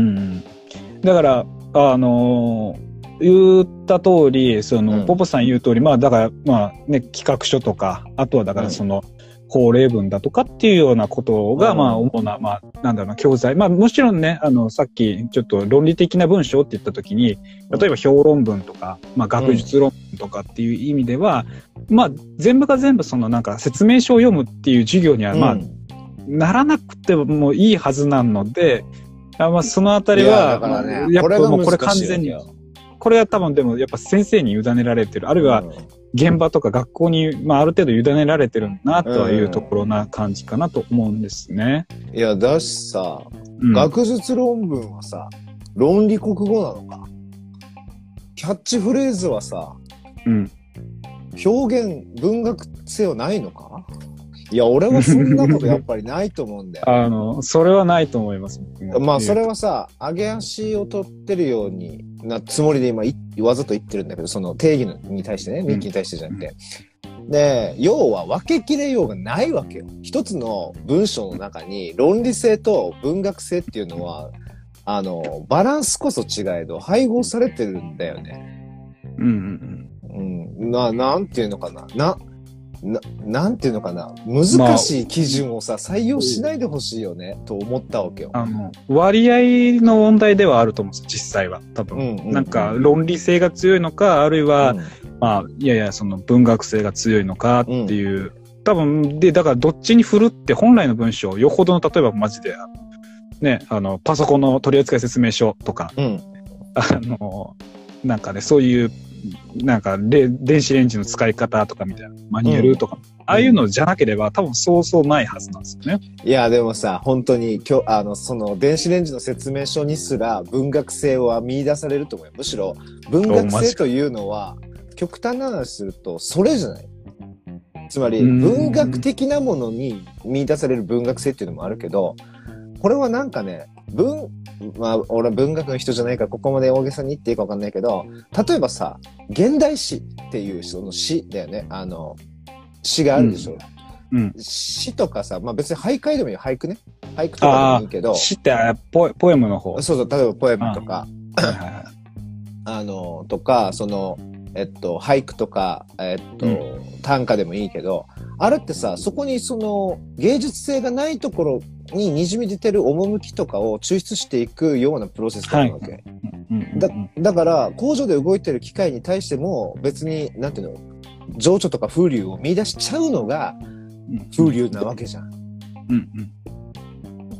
だから、あのー、言った通り、その、うん、ポポさん言う通り、まあ、だから、まあね、企画書とか、あとはだからその、法令文だとかっていうようなことが、うん、まあ、主な、まあ、なんだろうな、教材。まあ、もちろんね、あの、さっき、ちょっと論理的な文章って言ったときに、例えば評論文とか、まあ、学術論文とかっていう意味では、うん、まあ、全部が全部その、なんか、説明書を読むっていう授業には、まあ、うん、ならなくてもいいはずなので、あまあ、そのあたりは、 ね、まあ、 やっぱもうこれ完全に、これは多分でもやっぱ先生に委ねられてる、あるいは現場とか学校に、まあある程度委ねられてるなとはいうところな感じかなと思うんですね。 いや、だしさ、うん、学術論文はさ、論理国語なのか。キャッチフレーズはさ、うん、表現、文学性はないのか。いや、俺はそんなことやっぱりないと思うんだよ。 あの、それはないと思います。 まあ、それはさ、上げ足を取ってるようになつもりで今、わざと言ってるんだけど、その定義に対してね、ミッキーに対してじゃなくて。うん、で、要は分けきれようがないわけよ。一つの文章の中に論理性と文学性っていうのは、あの、バランスこそ違えど、配合されてるんだよね。うんうんうん。うん。な、なんていうのかな。な、な、なんていうのかな。難しい基準をさ、まあ、採用しないでほしいよね、と思ったわけよ。 あの、割合の問題ではあると思うんですよ、実際は。多分。うんうんうん、なんか、論理性が強いのか、あるいは、うん、まあ、いやいや、その文学性が強いのかっていう。うん、多分、で、だからどっちに振るって本来の文章、よほどの、例えばマジで、ね、あの、パソコンの取扱説明書とか、うん、あの、なんかね、そういう、なんか、電子レンジの使い方とかみたいな、マニュアルとか、うん、ああいうのじゃなければ、多分そうそうないはずなんですよね。 いや、でもさ、本当に、今日、あの、その、電子レンジの説明書にすら文学性は見出されると思うよ。むしろ、文学性というのは、極端な話すると、それじゃない。つまり、文学的なものに見出される文学性っていうのもあるけど、これはなんかね、文、まあ、俺は文学の人じゃないからここまで大げさに言っていいか分かんないけど、例えばさ、現代詩っていうその詩だよね。あの、詩があるでしょ。うんうん、詩とかさ、まあ別に俳句でもいいよ、俳句ね。俳句とかでもいいけど。 詩ってポ、ポエムの方。 そうそう、例えばポエムとか。あの、とか、その、えっと、俳句とか、えっと、うん、短歌でもいいけど、あれってさ、そこにその芸術性がないところに滲み出てる趣とかを抽出していくようなプロセスなわけ。はい、だ、だから、工場で動いてる機械に対しても別に、なんていうの、情緒とか風流を見出しちゃうのが風流なわけじゃん。うんうん、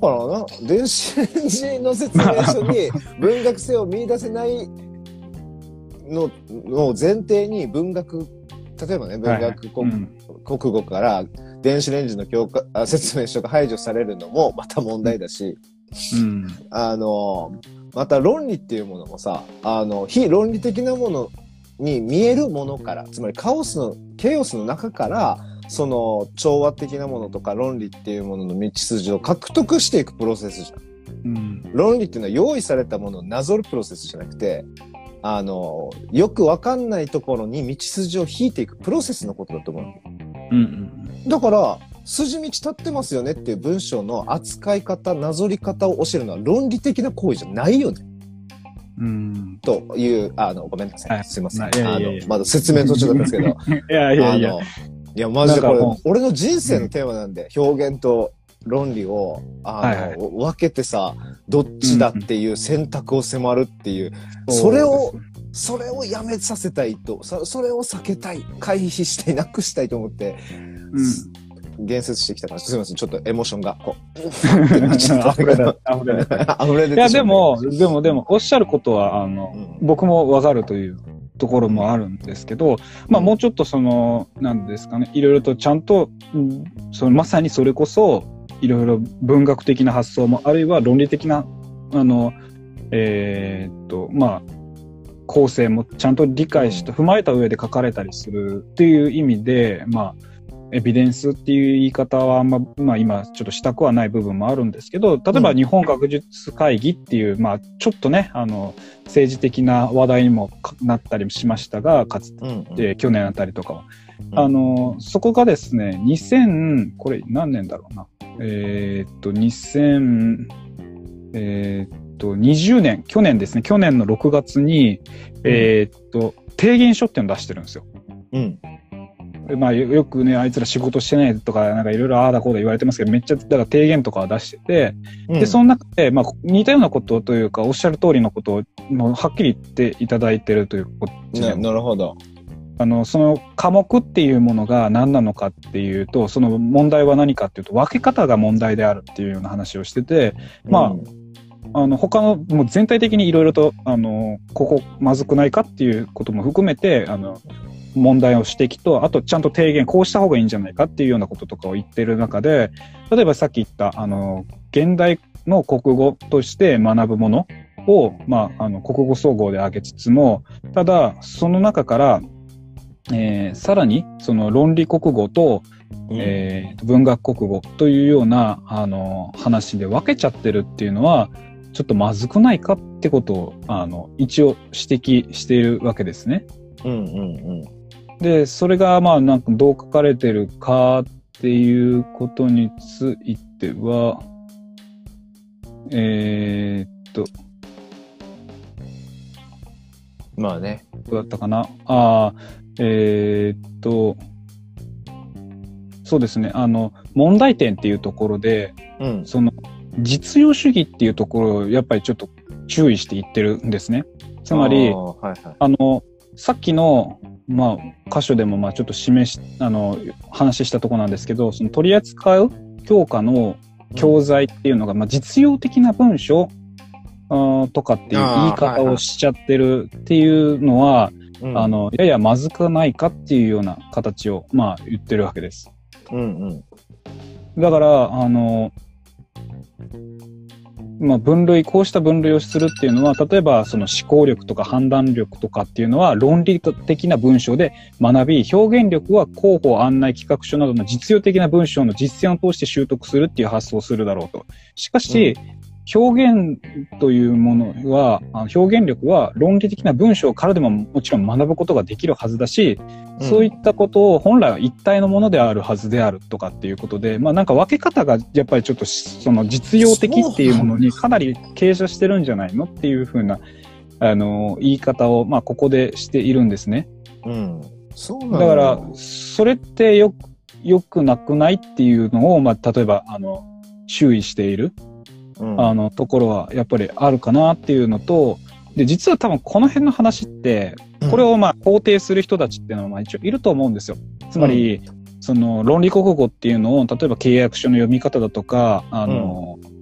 からな、電子レンジの説明書に文学性を見出せないのの前提に文学、例えばね、文学国、はいうん、国語から電子レンジの教科あ説明書が排除されるのもまた問題だし、うん、あの、また論理っていうものもさ、あの、非論理的なものに見えるものから、つまりカオスの、ケイオスの中から、その調和的なものとか論理っていうものの道筋を獲得していくプロセスじゃん。うん、論理っていうのは用意されたものをなぞるプロセスじゃなくて、あの、よくわかんないところに道筋を引いていくプロセスのことだと思う。うんうん、だから、筋道立ってますよねっていう文章の扱い方、なぞり方を教えるのは論理的な行為じゃないよね。うん、という、あの、ごめんなさい。はい、すいません。いやいやいやあの、まだ説明途中だったんですけど。いやいやいや。あの、いや、マジでこれ、俺の人生のテーマなんで、うん、表現と論理を、あの、はいはい、分けてさ、どっちだっていう選択を迫るっていう、うん、それを、それをやめさせたいと、そ、それを避けたい、回避したい、なくしたいと思って、うん、言説してきたから、すみません、ちょっとエモーションが、こう、溢れ出溢れ出て。いや、でも、 でも、でも、おっしゃることは、あの、うん、僕もわかるというところもあるんですけど、まあ、もうちょっとその、なんですかね、いろいろとちゃんと、うん、そのまさにそれこそ、いろいろ文学的な発想も、あるいは論理的な、あの、えー、っと、まあ、構成もちゃんと理解して、踏まえた上で書かれたりするっていう意味で、まあ、エビデンスっていう言い方はあんま、まあ今ちょっとしたくはない部分もあるんですけど、例えば日本学術会議っていう、まあちょっとね、あの、政治的な話題にもなったりしましたが、かつて、うんうん、去年あたりとかは。うん、あの、そこがですね、にせん、これ何年だろうな。えー、っと、にせん、えー、っと、にじゅうねん、去年ですね、去年のろくがつに、えー、っと、提言書っていうのを出してるんですよ。うん。まあよくね、あいつら仕事してないとか、なんかいろいろああだこうだ言われてますけど、めっちゃ、だから提言とかは出してて、うん、で、その中で、まあ似たようなことというか、おっしゃる通りのことを、もうはっきり言っていただいてるということで、 ね、なるほど。 あの、その科目っていうものが何なのかっていうと、その問題は何かっていうと、分け方が問題であるっていうような話をしてて、まあ、うんあの、他の、もう全体的にいろいろと、あの、ここまずくないかっていうことも含めて、あの、問題を指摘と、あとちゃんと提言、こうした方がいいんじゃないかっていうようなこととかを言ってる中で、例えばさっき言った、あの、現代の国語として学ぶものを、まあ、あの、国語総合で挙げつつも、ただ、その中から、えー、さらに、その論理国語と、うん、えー、文学国語というような、あの、話で分けちゃってるっていうのは、ちょっとまずくないかってことを、あの、一応指摘しているわけですね。うんうんうん。で、それが、まあ、なんかどう書かれてるかっていうことについては、えー、っと。 まあね。 どうだったかな。ああ、えー、っと、そうですね。あの、問題点っていうところで、うん、その、実用主義っていうところをやっぱりちょっと注意して言ってるんですね。つまり、あ、はいはい、あの、さっきの、まあ、箇所でもまあちょっと示し、あの、話したところなんですけど、その取り扱う教科の教材っていうのが、うん、まあ実用的な文章とかっていう言い方をしちゃってるっていうのは、はいはい、あの、ややまずくないかっていうような形を、まあ言ってるわけです。うんうん。だから、あの、まあ分類、こうした分類をするっていうのは、例えばその思考力とか判断力とかっていうのは論理的な文章で学び、表現力は広報案内企画書などの実用的な文章の実践を通して習得するっていう発想をするだろうと。しかし、うん、表現というものは、表現力は論理的な文章からでももちろん学ぶことができるはずだし、うん、そういったことを本来は一体のものであるはずであるとかっていうことで、まあなんか分け方がやっぱりちょっとその実用的っていうものにかなり傾斜してるんじゃないのっていうふうな、あの、言い方をまあここでしているんですね。うん。そうなんだ。だから、それってよく、よくなくないっていうのを、まあ例えば、あの、注意している。うん、あのところはやっぱりあるかなっていうのと、で実は多分この辺の話ってこれをまあ肯定する人たちっていうのはまあ一応いると思うんですよ。つまり、うん、その論理国語っていうのを例えば契約書の読み方だとかあの、うん、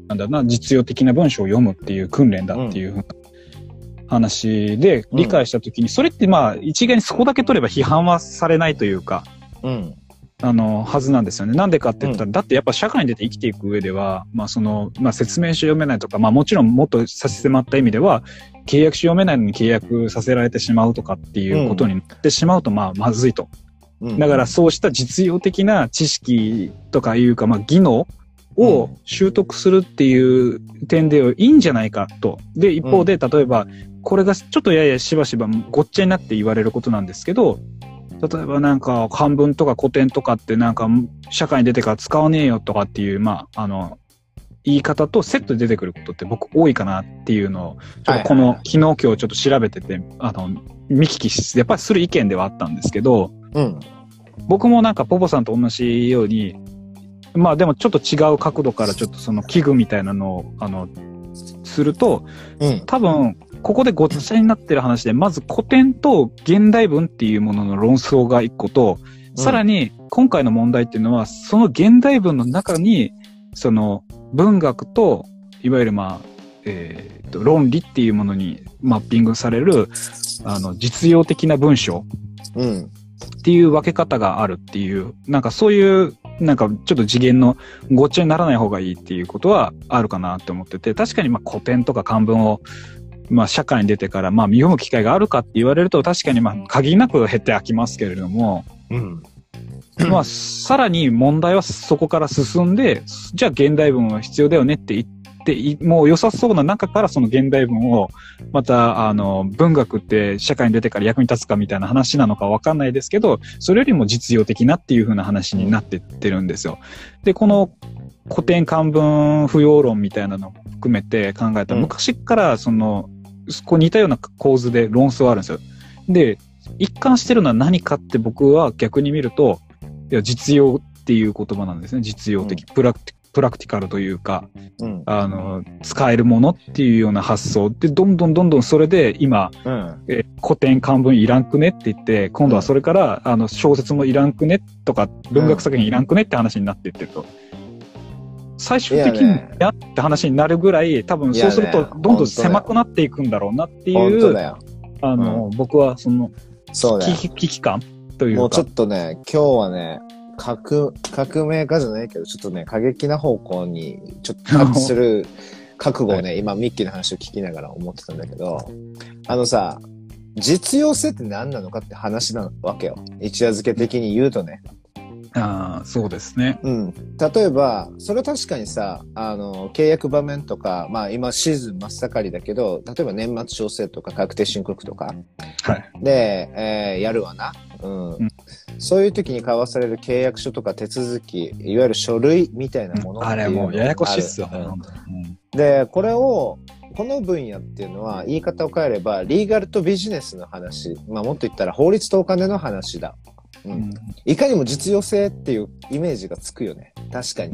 なんだろうな、実用的な文章を読むっていう訓練だっていう、うん、話で理解したときに、うん、それってまあ一概にそこだけ取れば批判はされないというか、うん、あのはずなんですよね。なんでかって言ったら、うん、だってやっぱ社会に出て生きていく上では、まあそのまあ説明書読めないとか、まあもちろんもっと差し迫った意味では契約書読めないのに契約させられてしまうとかっていうことになってしまうとまあまずいと。うん、だからそうした実用的な知識とかいうかまあ技能を習得するっていう点でいいんじゃないかと。で一方で例えばこれがちょっとややしばしばごっちゃになって言われることなんですけど。例えばなんか漢文とか古典とかってなんか社会に出てから使わねえよとかっていうまああの言い方とセットで出てくることって僕多いかなっていうのをちょっとこの昨日今日ちょっと調べててあの見聞きしやっぱりする意見ではあったんですけど、うん、僕もなんかポポさんと同じようにまあでもちょっと違う角度からちょっとその器具みたいなのをあのすると、うん、多分ここでごっちゃになってる話で、まず古典と現代文っていうものの論争が一個と、うん、さらに今回の問題っていうのは、その現代文の中に、その文学と、いわゆるまあ、えー、と論理っていうものにマッピングされる、あの、実用的な文章っていう分け方があるっていう、なんかそういう、なんかちょっと次元のごっちゃにならない方がいいっていうことはあるかなって思ってて、確かにまあ古典とか漢文をまあ社会に出てからまあ読む機会があるかって言われると確かにまあ限りなく減って飽きますけれども、うん、まあさらに問題はそこから進んで、じゃあ現代文は必要だよねって言ってもう良さそうな中からその現代文をまたあの文学って社会に出てから役に立つかみたいな話なのかわかんないですけど、それよりも実用的なっていう風な話になってってるんですよ。でこの古典漢文不要論みたいなのを含めて考えたら、昔からそのこう似たような構図で論争あるんですよ。で、一貫してるのは何かって僕は逆に見ると、いや実用っていう言葉なんですね。実用的。うん、プラクティ、プラクティカルというか、うん、あの、使えるものっていうような発想で、どんどんどんどんそれで今、うん、え古典漢文いらんくねって言って、今度はそれから、うん、あの小説もいらんくねとか、文学作品いらんくねって話になっていってると。最終的にやって話になるぐらい、多分そうするとどんどん狭くなっていくんだろうなっていう、あの、うん、僕はその危機、危機感というか。 もうちょっとね、今日はね、革、革命家じゃないけど、ちょっとね、過激な方向にちょっとタッチする覚悟をね、今ミッキーの話を聞きながら思ってたんだけど、あのさ、実用性って何なのかって話なわけよ。一夜漬け的に言うとね。 ああ、そうですね。 うん。例えば、それは確かにさ、あの、契約場面とか、まあ今シーズン真っ盛りだけど、例えば年末調整とか確定申告とか。はい。で、えー、やるわな。うん。うん、そういう時に交わされる契約書とか手続き、いわゆる書類みたいなものっていうのがある。 あれもうややこしいっすよね。うん、 で、これを、この分野っていうのは言い方を変えれば、リーガルとビジネスの話。まあもっと言ったら法律とお金の話だ。うん、いかにも実用性っていうイメージがつくよね。確かに。うん、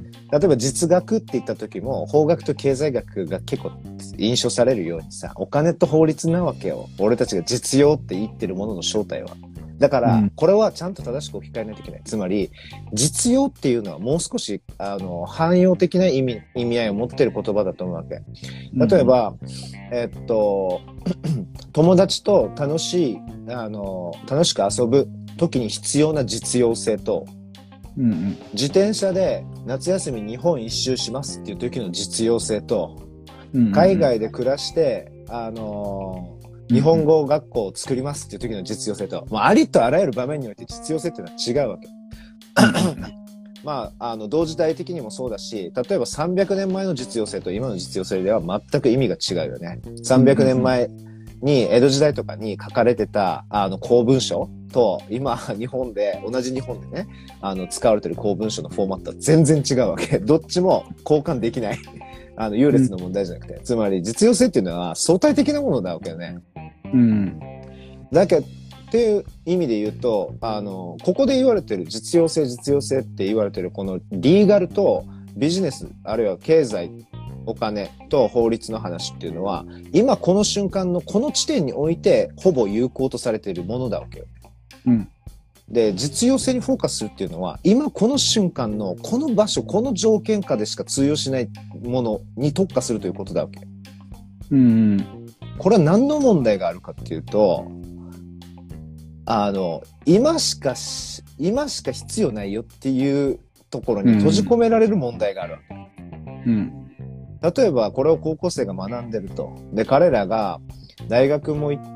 例えば実学って言った時も、法学と経済学が結構印象されるようにさ、お金と法律なわけよ。俺たちが実用って言ってるものの正体は。だから、これはちゃんと正しく置き換えないといけない。つまり、実用っていうのはもう少し、あの、汎用的な意味、意味合いを持ってる言葉だと思うわけ。例えば、うん、えっと、友達と楽しい、あの、楽しく遊ぶ時に必要な実用性と、うんうん、自転車で夏休み日本一周しますっていう時の実用性と、うんうんうん、海外で暮らして、あのー、日本語学校を作りますっていう時の実用性と、まあ、ありとあらゆる場面において実用性っていうのは違うわけ。まあ、あの、同時代的にもそうだし、例えばさんびゃくねんまえの実用性と今の実用性では全く意味が違うよね。さんびゃくねんまえに、江戸時代とかに書かれてた、あの、公文書と、今、日本で、同じ日本でね、あの、使われてる公文書のフォーマットは全然違うわけ。どっちも交換できない。あの、優劣の問題じゃなくて。つまり、実用性っていうのは相対的なものなわけよね。うん。だけど、っていう意味で言うと、あの、ここで言われてる実用性、実用性って言われてるこのリーガルとビジネス、あるいは経済、お金と法律の話っていうのは、今この瞬間のこの地点においてほぼ有効とされているものだわけよ。うん。 で、実用性にフォーカスするっていうのは、今この瞬間のこの場所、この条件下でしか通用しないものに特化するということだわけ。 うん。 これは何の問題があるかっていうと、あの、今しかし、今しか必要ないよっていうところに閉じ込められる問題があるわけ。 うん。 例えば、これを高校生が学んでると。で、彼らが大学も行って、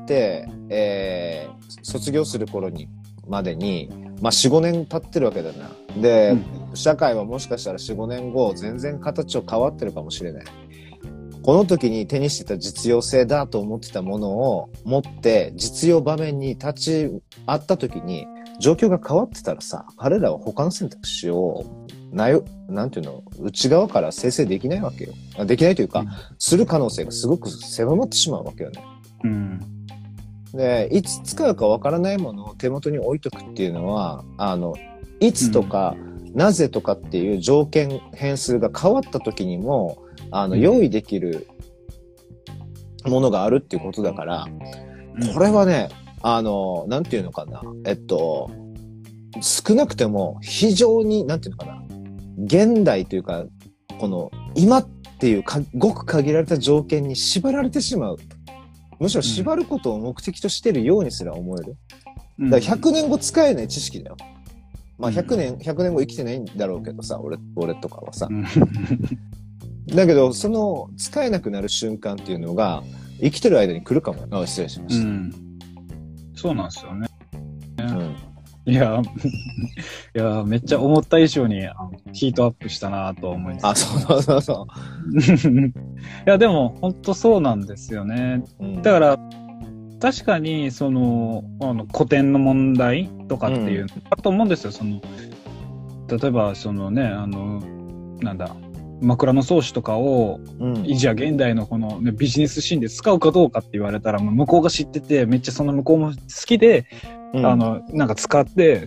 えー、卒業する頃に、までに、まあ、よん、ごねん経ってるわけだな。で、うん、社会はもしかしたらよん、ごねんご、全然形を変わってるかもしれない。この時に手にしてた実用性だと思ってたものを持って実用場面に立ち会った時に状況が変わってたらさ、彼らは他の選択肢をなよ、なんていうの、内側から生成できないわけよ。できないというか、うん、する可能性がすごく狭まってしまうわけよね。 うん。 で、いつ使うかわからないものを手元に置いとくっていうのは、あの、いつとか、うん、なぜとかっていう条件変数が変わった時にも、あの、用意できるものがあるっていうことだから、これはね、あの、なんていうのかな、えっと、少なくても非常に、なんていうのかな、現代というか、この、今っていうか、ごく限られた条件に縛られてしまう。むしろ縛ることを目的としてるようにすら思える。だからひゃくねんご使えない知識だよ。まあひゃくねん、ひゃくねんご生きてないんだろうけどさ、俺、俺とかはさ。だけど、その使えなくなる瞬間っていうのが生きてる間に来るかも。あ、失礼しました。うん、 そうなんですよね。 うん、 いや、いや、めっちゃ思った以上にあのヒートアップしたなと思います。 あ、そうそうそう。 いや、でも本当そうなんですよね。うん、だから、確かに、その、あの古典の問題とかっていう、うん、あると思うんですよ。その、例えば、そのね、あの、なんだ、枕草子とかを、うん、じゃあ現代のこの、ね、ビジネスシーンで使うかどうかって言われたら、もう向こうが知ってて、めっちゃその向こうも好きで、うん、あの、なんか使って、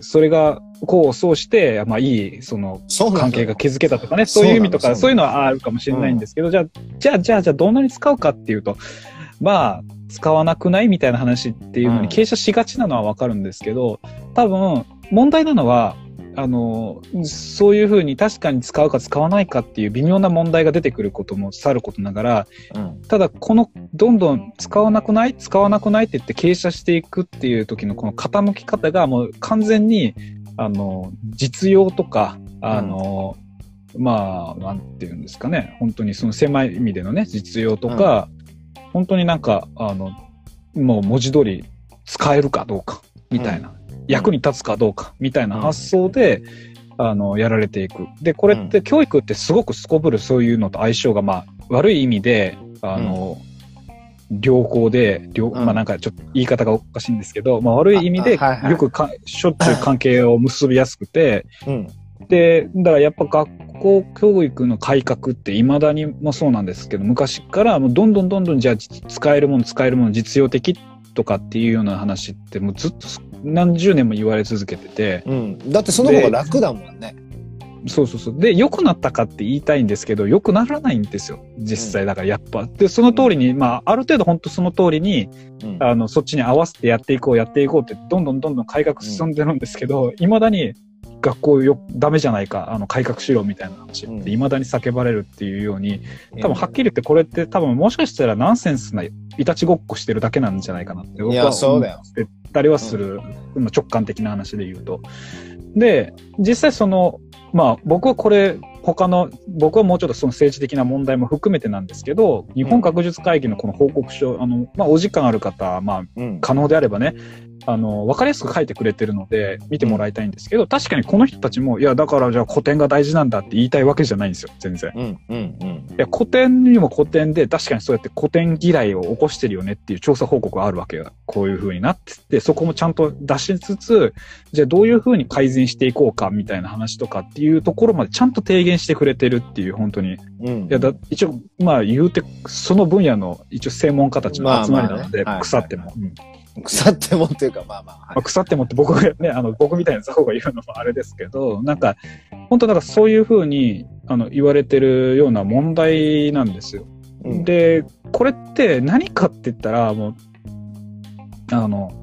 それが、こう、そうして、まあいい、その、関係が築けたとかね、そういう意味とか、そういうのはあるかもしれないんですけど、うん、じゃあ、じゃあ、じゃあ、じゃあ、どんなに使うかっていうと、まあ、使わなくないみたいな話っていうのに傾斜しがちなのはわかるんですけど、多分、問題なのは、あの、そういうふうに確かに使うか使わないかっていう微妙な問題が出てくることもさることながら、うん、ただこのどんどん使わなくない使わなくないって言って傾斜していくっていう時のこの傾き方がもう完全に、あの、実用とか、あの、うん、まあ、なんていうんですかね、本当にその狭い意味でのね、実用とか、うん、本当になんか、あの、もう文字通り使えるかどうか、みたいな。うん役に立つかどうかみたいな発想で、うん、あのやられていく。でこれって教育ってすごくすこぶるそういうのと相性がまあ悪い意味であの、うん、良好で良、うん、まあなんかちょっと言い方がおかしいんですけど、まあ悪い意味でよくかしょっちゅう関係を結びやすくて、うん、でだからやっぱ学校教育の改革って未だにもそうなんですけど昔からもうどんどんどんどんじゃあ使えるもの使えるもの実用的とかっていうような話ってもうずっと何十年も言われ続けてて、 うん、だってその方が楽だもんね。 そうそうそう。で、良くなったかって言いたいんですけど、良くならないんですよ。実際、だからやっぱ。で、その通りに、うん、まあ、ある程度本当その通りに、うん、あの、そっちに合わせてやっていこう、やっていこうって、どんどんどんどん改革進んでるんですけど、うん、未だに学校よ、ダメじゃないか、あの、改革しろみたいな話って未だに叫ばれるっていうように、多分はっきり言ってこれって多分もしかしたらナンセンスないたちごっこしてるだけなんじゃないかなって僕は思ってたりはする、うん、直感的な話で言うと。で、実際その、まあ僕はこれ他の、僕はもうちょっとその政治的な問題も含めてなんですけど、日本学術会議のこの報告書、あの、まあお時間ある方、まあ可能であればね、あの、わかりやすく書いてくれてるので、見てもらいたいんですけど、確かにこの人たちも、いや、だからじゃあ古典が大事なんだって言いたいわけじゃないんですよ、全然。うんうんうん、いや、古典にも古典で、確かにそうやって古典嫌いを起こしてるよねっていう調査報告があるわけよ。こういう風になってて、そこもちゃんと出しつつ、じゃあどういう風に改善していこうかみたいな話とかっていうところまでちゃんと提言してくれてるっていう、本当に。うん、いやだ一応、まあ言うて、その分野の一応専門家たちの集まりなので、まあまあね、腐っても。はいはいはいうん腐ってもっていうか、まあまあ。はい、 まあ、腐ってもって僕がね、あの、僕みたいなザホが言うのもあれですけど、なんか、本当なんかそういうふうに、あの、言われてるような問題なんですよ。うん、で、これって何かって言ったら、もう、あの、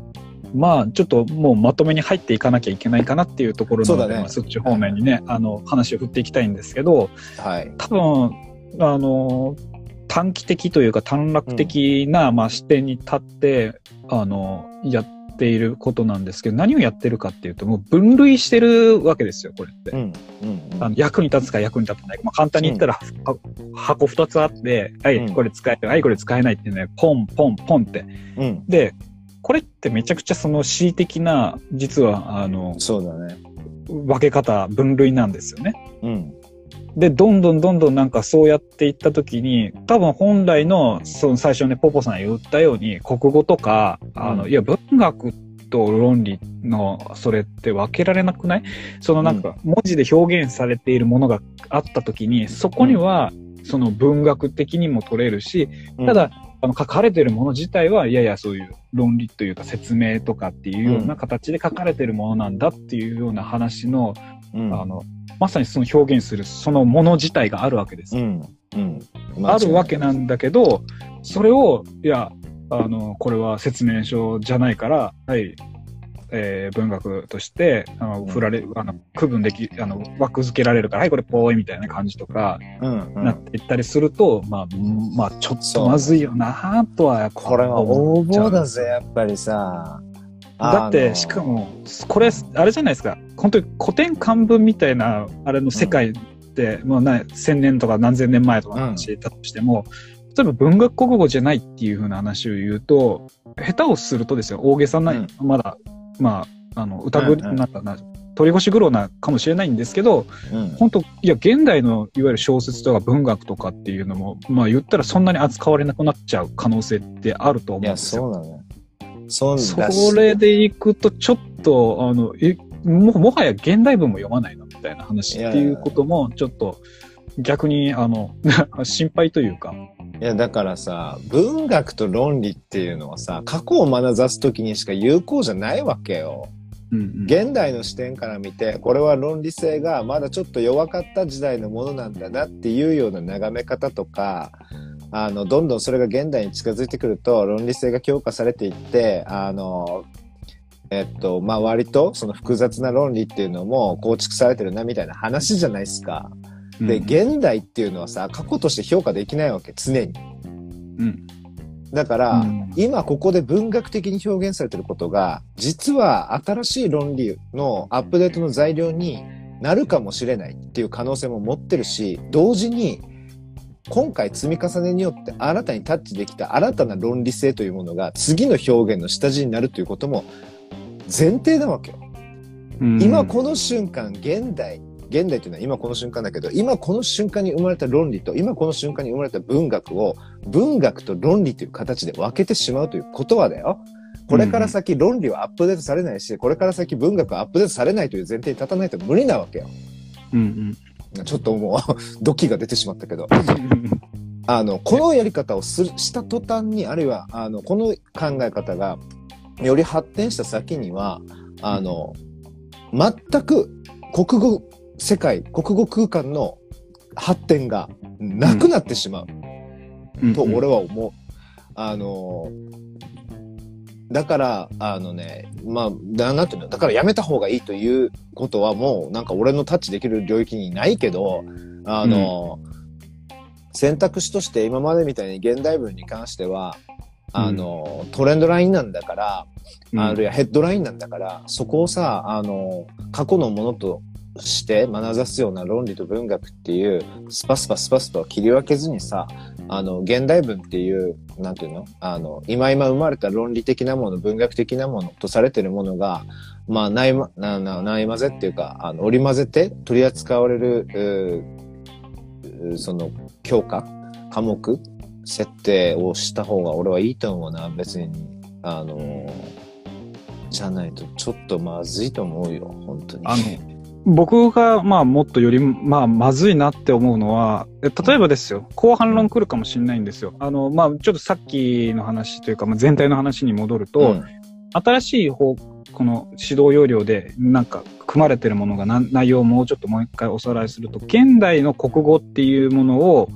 まあ、ちょっともうまとめに入っていかなきゃいけないかなっていうところなので、 ね、 まあ、そっち方面にね、あの、話を振っていきたいんですけど、 はい。 多分、あの、短期的というか短絡的な、うん、まあ、視点に立って、あの、やっていることなんですけど、何をやってるかっていうと、もう分類してるわけですよ、これって。うんうんうん、あの役に立つか役に立たないか。まあ、簡単に言ったら、うん、箱二つあって、はい、これ使える、はい、これ使えないっていうね、ポン、ポン、ポンって。うん、で、これってめちゃくちゃその恣意的な、実は、あの、 そうだね。 分け方、分類なんですよね。 うん。 で、どんどんどんどんなんかそうやっていったときに、多分本来の、その最初ね、ポポさん言ったように、国語とか、あの、うん、いや、文学と論理の、それって分けられなくない？そのなんか、文字で表現されているものがあったときに、そこには、その文学的にも取れるし、ただ、あの、書かれているもの自体は、いやいや、そういう論理というか説明とかっていうような形で書かれているものなんだっていうような話の、うん、あの、まさにその表現するそのもの自体があるわけですよ。うんうん、あるわけなんだけど、それを、いや、あの、これは説明書じゃないから、はい、えー、文学として、あの、振られ、あの、区分でき、あの、枠付けられるから、はい、これぽいみたいな感じとか、うんうん、なっていったりすると、まあ、まあ、ちょっとまずいよなとはやっぱ、 これは横暴だぜ、やっぱりさ。 だって、しかも、これ、あれじゃないですか。本当に古典漢文みたいな、あれの世界って、うん、まあ、な、千年とか何千年前とかの話だとしても、うん、例えば文学国語じゃないっていう風な話を言うと、下手をするとですよ、大げさな、うん、まだ、まあ、あの、歌ぐ、うんうん、なんかな、鳥越苦労なかもしれないんですけど、うん、本当いや、現代のいわゆる小説とか文学とかっていうのも、まあ言ったらそんなに扱われなくなっちゃう可能性ってあると思うんですよ。 いや、そうなの。そそれでいくと、ちょっと、あの、え、も、もはや現代文も読まないのみたいな話っていうことも、ちょっと、逆に、あの、心配というか。 いや、だからさ、文学と論理っていうのはさ、過去を学ざすときにしか有効じゃないわけよ。うんうん、現代の視点から見て、これは論理性がまだちょっと弱かった時代のものなんだなっていうような眺め方とか、あの、どんどんそれが現代に近づいてくると、論理性が強化されていって、あの、えっと、まあ、割と、その複雑な論理っていうのも構築されてるな、みたいな話じゃないですか。で、うん、現代っていうのはさ、過去として評価できないわけ、常に。うん。だから、うん、今ここで文学的に表現されてることが、実は新しい論理のアップデートの材料になるかもしれないっていう可能性も持ってるし、同時に、今回積み重ねによって新たにタッチできた新たな論理性というものが次の表現の下地になるということも前提なわけよ。うん、今この瞬間、現代、現代というのは今この瞬間だけど、今この瞬間に生まれた論理と今この瞬間に生まれた文学を文学と論理という形で分けてしまうということはだよ。これから先論理はアップデートされないし、これから先文学はアップデートされないという前提に立たないと無理なわけよ。うんうんちょっともう、ドキが出てしまったけど。あの、このやり方をする、した途端に、あるいは、あの、この考え方が、より発展した先には、あの、全く国語世界、国語空間の発展がなくなってしまう。うん、と、俺は思う。あの、だから、あのね、まあ、だなんていうの、だからやめた方がいいということはもう、なんか俺のタッチできる領域にないけど、あの、うん、選択肢として今までみたいに現代文に関しては、あの、うん、トレンドラインなんだから、あるいはヘッドラインなんだから、そこをさ、あの、過去のものとして学ざすような論理と文学っていう、スパスパスパスパ切り分けずにさ、あの、現代文っていう、なんていうのあの、今今生まれた論理的なもの、文学的なものとされているものが、まあ、ないま、な、な、ない混ぜっていうか、あの、織り混ぜて取り扱われる、その、教科、科目、設定をした方が俺はいいと思うな、別に。あの、じゃないとちょっとまずいと思うよ、本当に。 あの僕が、まあ、もっとより、まあ、まずいなって思うのは、例えばですよ、後半論来るかもしれないんですよ。あの、まあ、ちょっとさっきの話というか、まあ、全体の話に戻ると、うん、新しい方、この指導要領で、なんか、組まれてるものが、内容をもうちょっともう一回おさらいすると、現代の国語っていうものを、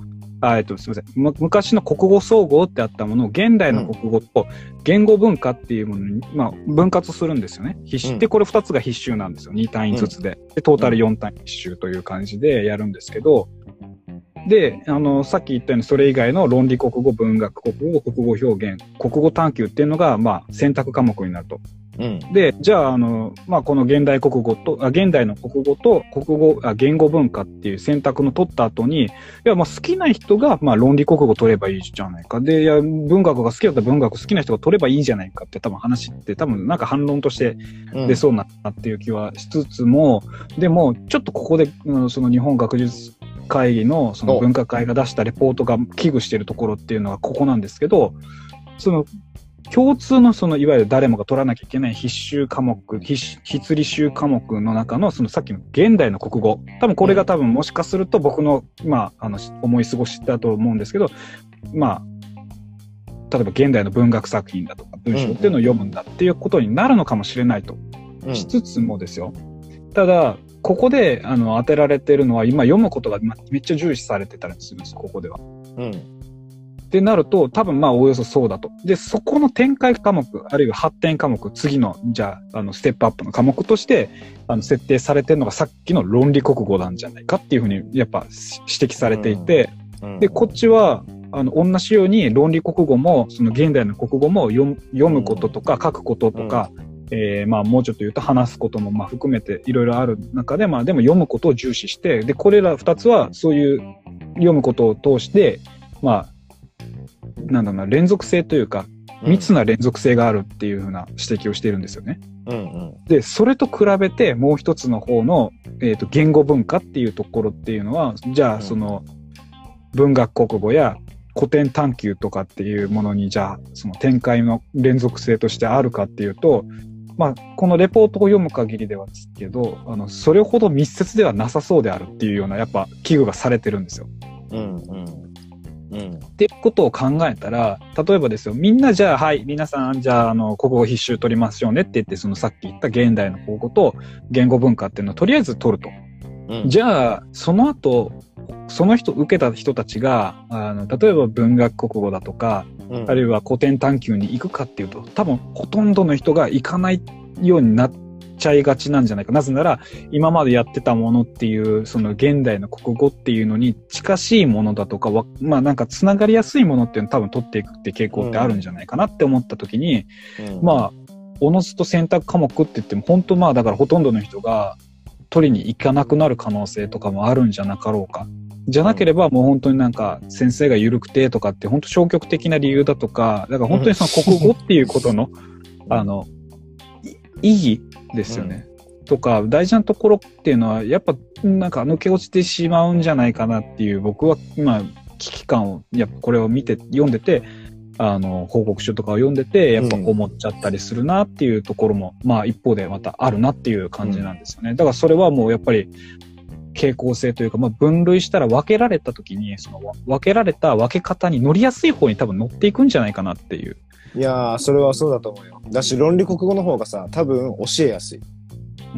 あ、えっと、すみません。む昔の国語総合ってあったものを現代の国語と言語文化っていうものに、まあ、分割するんですよね。必修ってこれふたつが必修なんですよ。に単位ずつで。で、トータルよん単位必修という感じでやるんですけど、で、あの、さっき言ったようにそれ以外の論理国語、文学国語、国語表現、国語探究っていうのが、まあ、選択科目になると。うん、で、じゃあ、あの、まあ、この現代国語と、あ現代の国語と国語あ、言語文化っていう選択の取った後に、いや、まあ、好きな人が、まあ、論理国語取ればいいじゃないか。で、いや、文学が好きだったら文学好きな人が取ればいいじゃないかって多分話って多分なんか反論として出そうなっていう気はしつつも、うん、でも、ちょっとここで、うん、その日本学術会議のその分科会が出したレポートが危惧しているところっていうのはここなんですけど、その、共通のそのいわゆる誰もが取らなきゃいけない必修科目、必必履修科目の中のそのさっきの現代の国語。多分これが多分もしかすると僕の、まあ、あの、思い過ごしだと思うんですけど、まあ、例えば現代の文学作品だとか文章っていうのを読むんだっていうことになるのかもしれないと。しつつもですよ。ただ、ここであの当てられてるのは今読むことがめっちゃ重視されてたりするんです、ここでは。うんってなると、多分まあおおよそそうだと。で、そこの展開科目、あるいは発展科目、次の、じゃあ、あの、ステップアップの科目として、あの、設定されてるのがさっきの論理国語なんじゃないかっていうふうに、やっぱ指摘されていて、うんうん、で、こっちは、あの、同じように論理国語も、その現代の国語も読む、読むこととか書くこととか、うんえー、まあもうちょっと言うと話すこともまあ含めていろいろある中で、まあでも読むことを重視して、で、これら二つはそういう読むことを通して、まあ、なんだろうな、連続性というか、密な連続性があるっていうふうな指摘をしているんですよね。うんうん、で、それと比べてもう一つの方の、えっと、言語文化っていうところっていうのは、じゃあその文学国語や古典探究とかっていうものに、じゃあその展開の連続性としてあるかっていうと、まあ、このレポートを読む限りではですけど、あの、それほど密接ではなさそうであるっていうような、やっぱ危惧がされてるんですよ。うんうんうん、っていうことを考えたら、例えばですよ、みんなじゃあ、はい、皆さん、じゃあ、あの、国語必修取りましょうねって言って、そのさっき言った現代の国語と言語文化っていうのをとりあえず取ると。うん、じゃあ、その後、その人、受けた人たちが、あの、例えば文学国語だとか、うん、あるいは古典探究に行くかっていうと、多分ほとんどの人が行かないようになっちゃいがちなんじゃないか。なぜなら、今までやってたものっていう、その現代の国語っていうのに近しいものだとか、まあなんか繋がりやすいものっていうのを多分取っていくって傾向ってあるんじゃないかなって思った時に、うん、まあ、おのずと選択科目って言っても、本当まあだからほとんどの人が取りに行かなくなる可能性とかもあるんじゃなかろうか。じゃなければもう本当になんか先生が緩くてとかって本当消極的な理由だとか、だから本当にその国語っていうことの、あの、意義ですよね。うん、とか、大事なところっていうのは、やっぱなんか抜け落ちてしまうんじゃないかなっていう、僕は今、危機感を、やっぱこれを見て、読んでて、あの、報告書とかを読んでて、やっぱ思っちゃったりするなっていうところも、うん、まあ一方でまたあるなっていう感じなんですよね。だからそれはもうやっぱり、傾向性というか、まあ、分類したら分けられたときに、その分けられた分け方に乗りやすい方に多分乗っていくんじゃないかなっていう。 いやー、それはそうだと思うよ。だし、論理国語の方がさ、多分教えやすい。うん。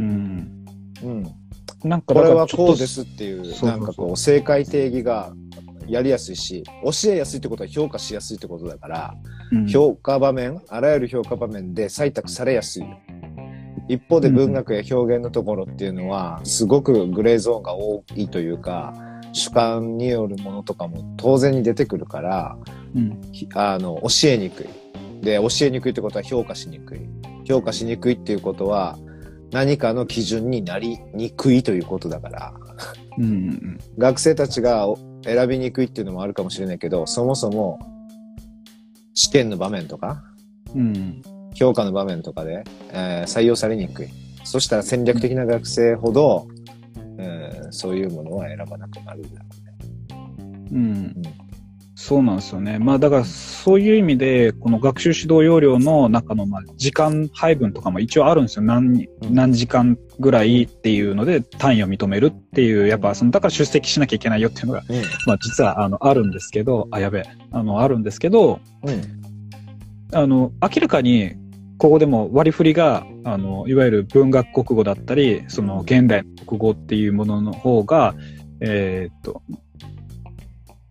うん。なんか、これはこうですっていう、なんかこう、正解定義がやりやすいし、教えやすいってことは評価しやすいってことだから、うん、評価場面、あらゆる評価場面で採択されやすいよ。一方で文学や表現のところっていうのは、すごくグレーゾーンが多いというか、主観によるものとかも当然に出てくるから、うん、あの、教えにくい。で、教えにくいってことは評価しにくい。評価しにくいっていうことは、何かの基準になりにくいということだから、うんうん、学生たちが選びにくいっていうのもあるかもしれないけど、そもそも試験の場面とか、うん評価の場面とかで、えー、採用されにくい。そしたら戦略的な学生ほど、えー、そういうものは選ばなくなるんだろうね。うん。うん、そうなんですよね。まあだからそういう意味で、この学習指導要領の中のまあ時間配分とかも一応あるんですよ。何、何時間ぐらいっていうので単位を認めるっていう、やっぱその、だから出席しなきゃいけないよっていうのが、うん、まあ実はあの、あるんですけど、あ、やべえ。あの、あるんですけど、うん、あの、明らかに、ここでも割り振りが、あの、いわゆる文学国語だったり、その現代国語っていうものの方が、えー、っと、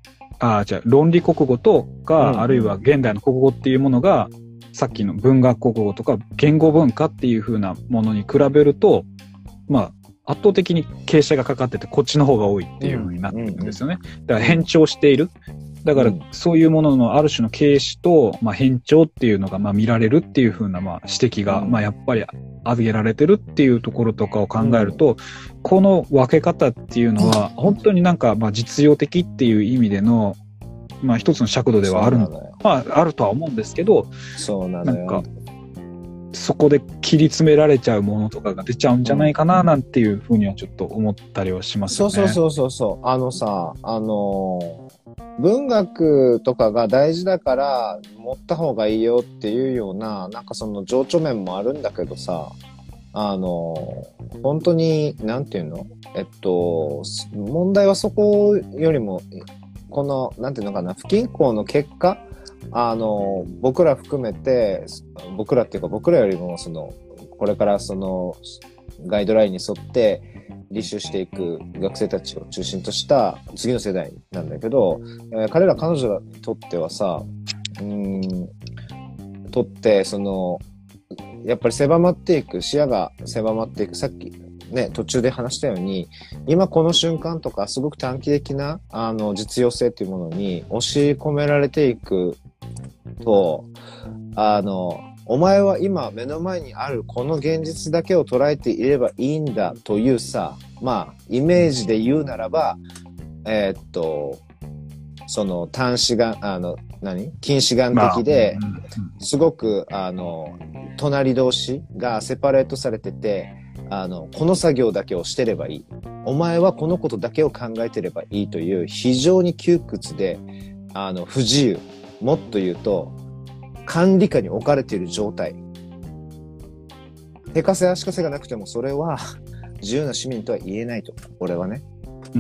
あ、じゃあ論理国語とか、 うん、 あるいは現代の国語っていうものが、さっきの文学国語とか言語文化っていう風なものに比べると、まあ、圧倒的に傾斜がかかってて、こっちの方が多いっていう風になってるんですよね。だから変調している。だから、そういうもののある種の形式と、まあ、変調っていうのが、まあ、見られるっていう風な、まあ、指摘が、まあ、やっぱり挙げられてるっていうところとかを考えると、この分け方っていうのは、本当になんか、まあ、実用的っていう意味での、まあ、一つの尺度ではあるの、まあ、あるとは思うんですけど、 そうなのよ。 なんか、そこで切り詰められちゃうものとかが出ちゃうんじゃないかな、なんていうふうにはちょっと思ったりはしますよね。 そうそうそうそう。あのさ、あのー、文学とかが大事だから持った方がいいよっていうような、なんかその情緒面もあるんだけどさ、あのー、本当に、なんていうのえっと、問題はそこよりも、この、なんていうのかな、不均衡の結果、あの、僕ら含めて、僕らっていうか僕らよりも、その、これからその、ガイドラインに沿って履修していく学生たちを中心とした次の世代なんだけど、えー、彼ら彼女にとってはさ、うーん、とって、その、やっぱり狭まっていく、視野が狭まっていく、さっき、ね、途中で話したように、今この瞬間とかすごく短期的なあの実用性っていうものに押し込められていくと、あの、お前は今目の前にあるこの現実だけを捉えていればいいんだというさ、まあ、イメージで言うならば、えー、っと、その単視眼、あの、何近視眼的で、すごく、あの、隣同士がセパレートされてて、あの、この作業だけをしてればいい。お前はこのことだけを考えてればいいという非常に窮屈で、あの、不自由。もっと言うと、管理下に置かれている状態。手かせ足かせがなくてもそれは自由な市民とは言えないと。俺はね。 うん。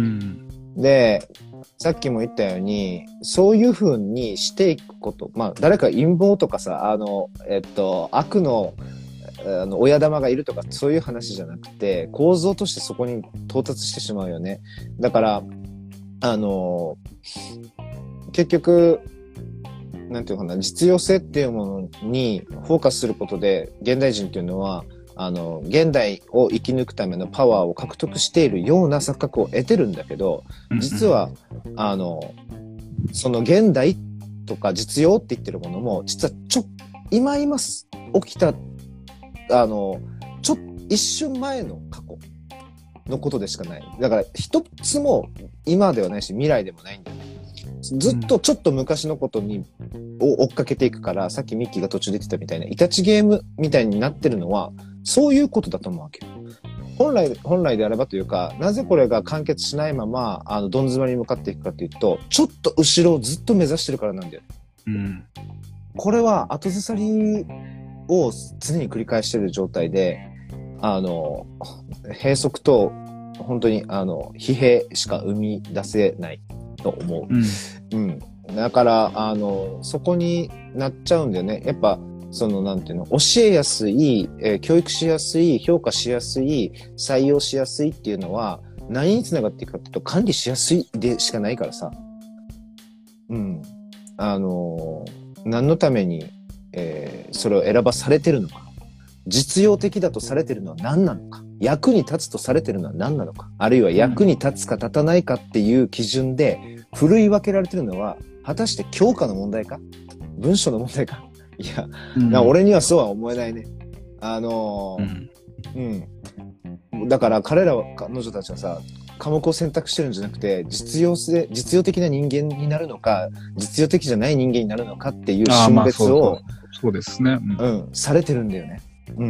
で、さっきも言ったように、そういう風にしていくこと。まあ、誰か陰謀とかさ、あの、えっと、悪の、あの親玉がいるとかそういう話じゃなくて構造としてそこに到達してしまうよね。だからあの結局なんていうのかな、実用性っていうものにフォーカスすることで現代人っていうのはあの現代を生き抜くためのパワーを獲得しているような錯覚を得てるんだけど、実はあのその現代とか実用って言ってるものも実はちょ今今起きたあの、ちょ、一瞬前の過去のことでしかない。だから一つも今ではないし未来でもないんだよね。ずっとちょっと昔のことに、を追っかけていくから、さっきミッキーが途中で言ってたみたいな、イタチゲームみたいになってるのは、そういうことだと思うわけよ。本来、本来であればというか、なぜこれが完結しないまま、あの、どん詰まりに向かっていくかというと、ちょっと後ろをずっと目指してるからなんだよ。 うん。 これは後ずさりを常に繰り返している状態で、あの、閉塞と、本当に、あの、疲弊しか生み出せないと思う。うん。うん。だから、あの、そこになっちゃうんだよね。やっぱ、その、なんていうの、教えやすい、えー、教育しやすい、評価しやすい、採用しやすいっていうのは、何につながっていくかっていうと、管理しやすいでしかないからさ。うん。あの、何のために、えー、それを選ばされてるのか、実用的だとされてるのは何なのか、役に立つとされてるのは何なのか、あるいは役に立つか立たないかっていう基準でふるい分けられてるのは果たして教科の問題か、文章の問題か。いや、うん、俺にはそうは思えないね。あのー、うん、うん。だから彼らは、彼女たちはさ、科目を選択してるんじゃなくて、実用性、実用的な人間になるのか、実用的じゃない人間になるのかっていう種別を、 そうですね、 うん。うん、されてるんだよね。うん。うん、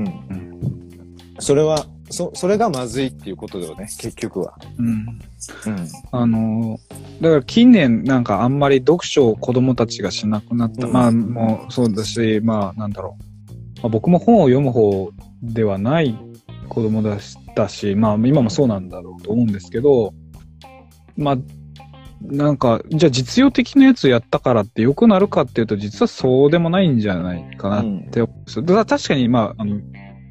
それは、そ、それがまずいっていうことだよね、結局は。 うん。うん。あの、だから近年なんかあんまり読書を子供たちがしなくなった。うん、まあもうそうだし、まあなんだろう。まあ、僕も本を読む方ではない子供だしたし、まあ今もそうなんだろうと思うんですけど、まあ、なんか、じゃあ実用的なやつやったからって良くなるかっていうと、実はそうでもないんじゃないかなって思うんですよ。だから確かに、まあ、あの、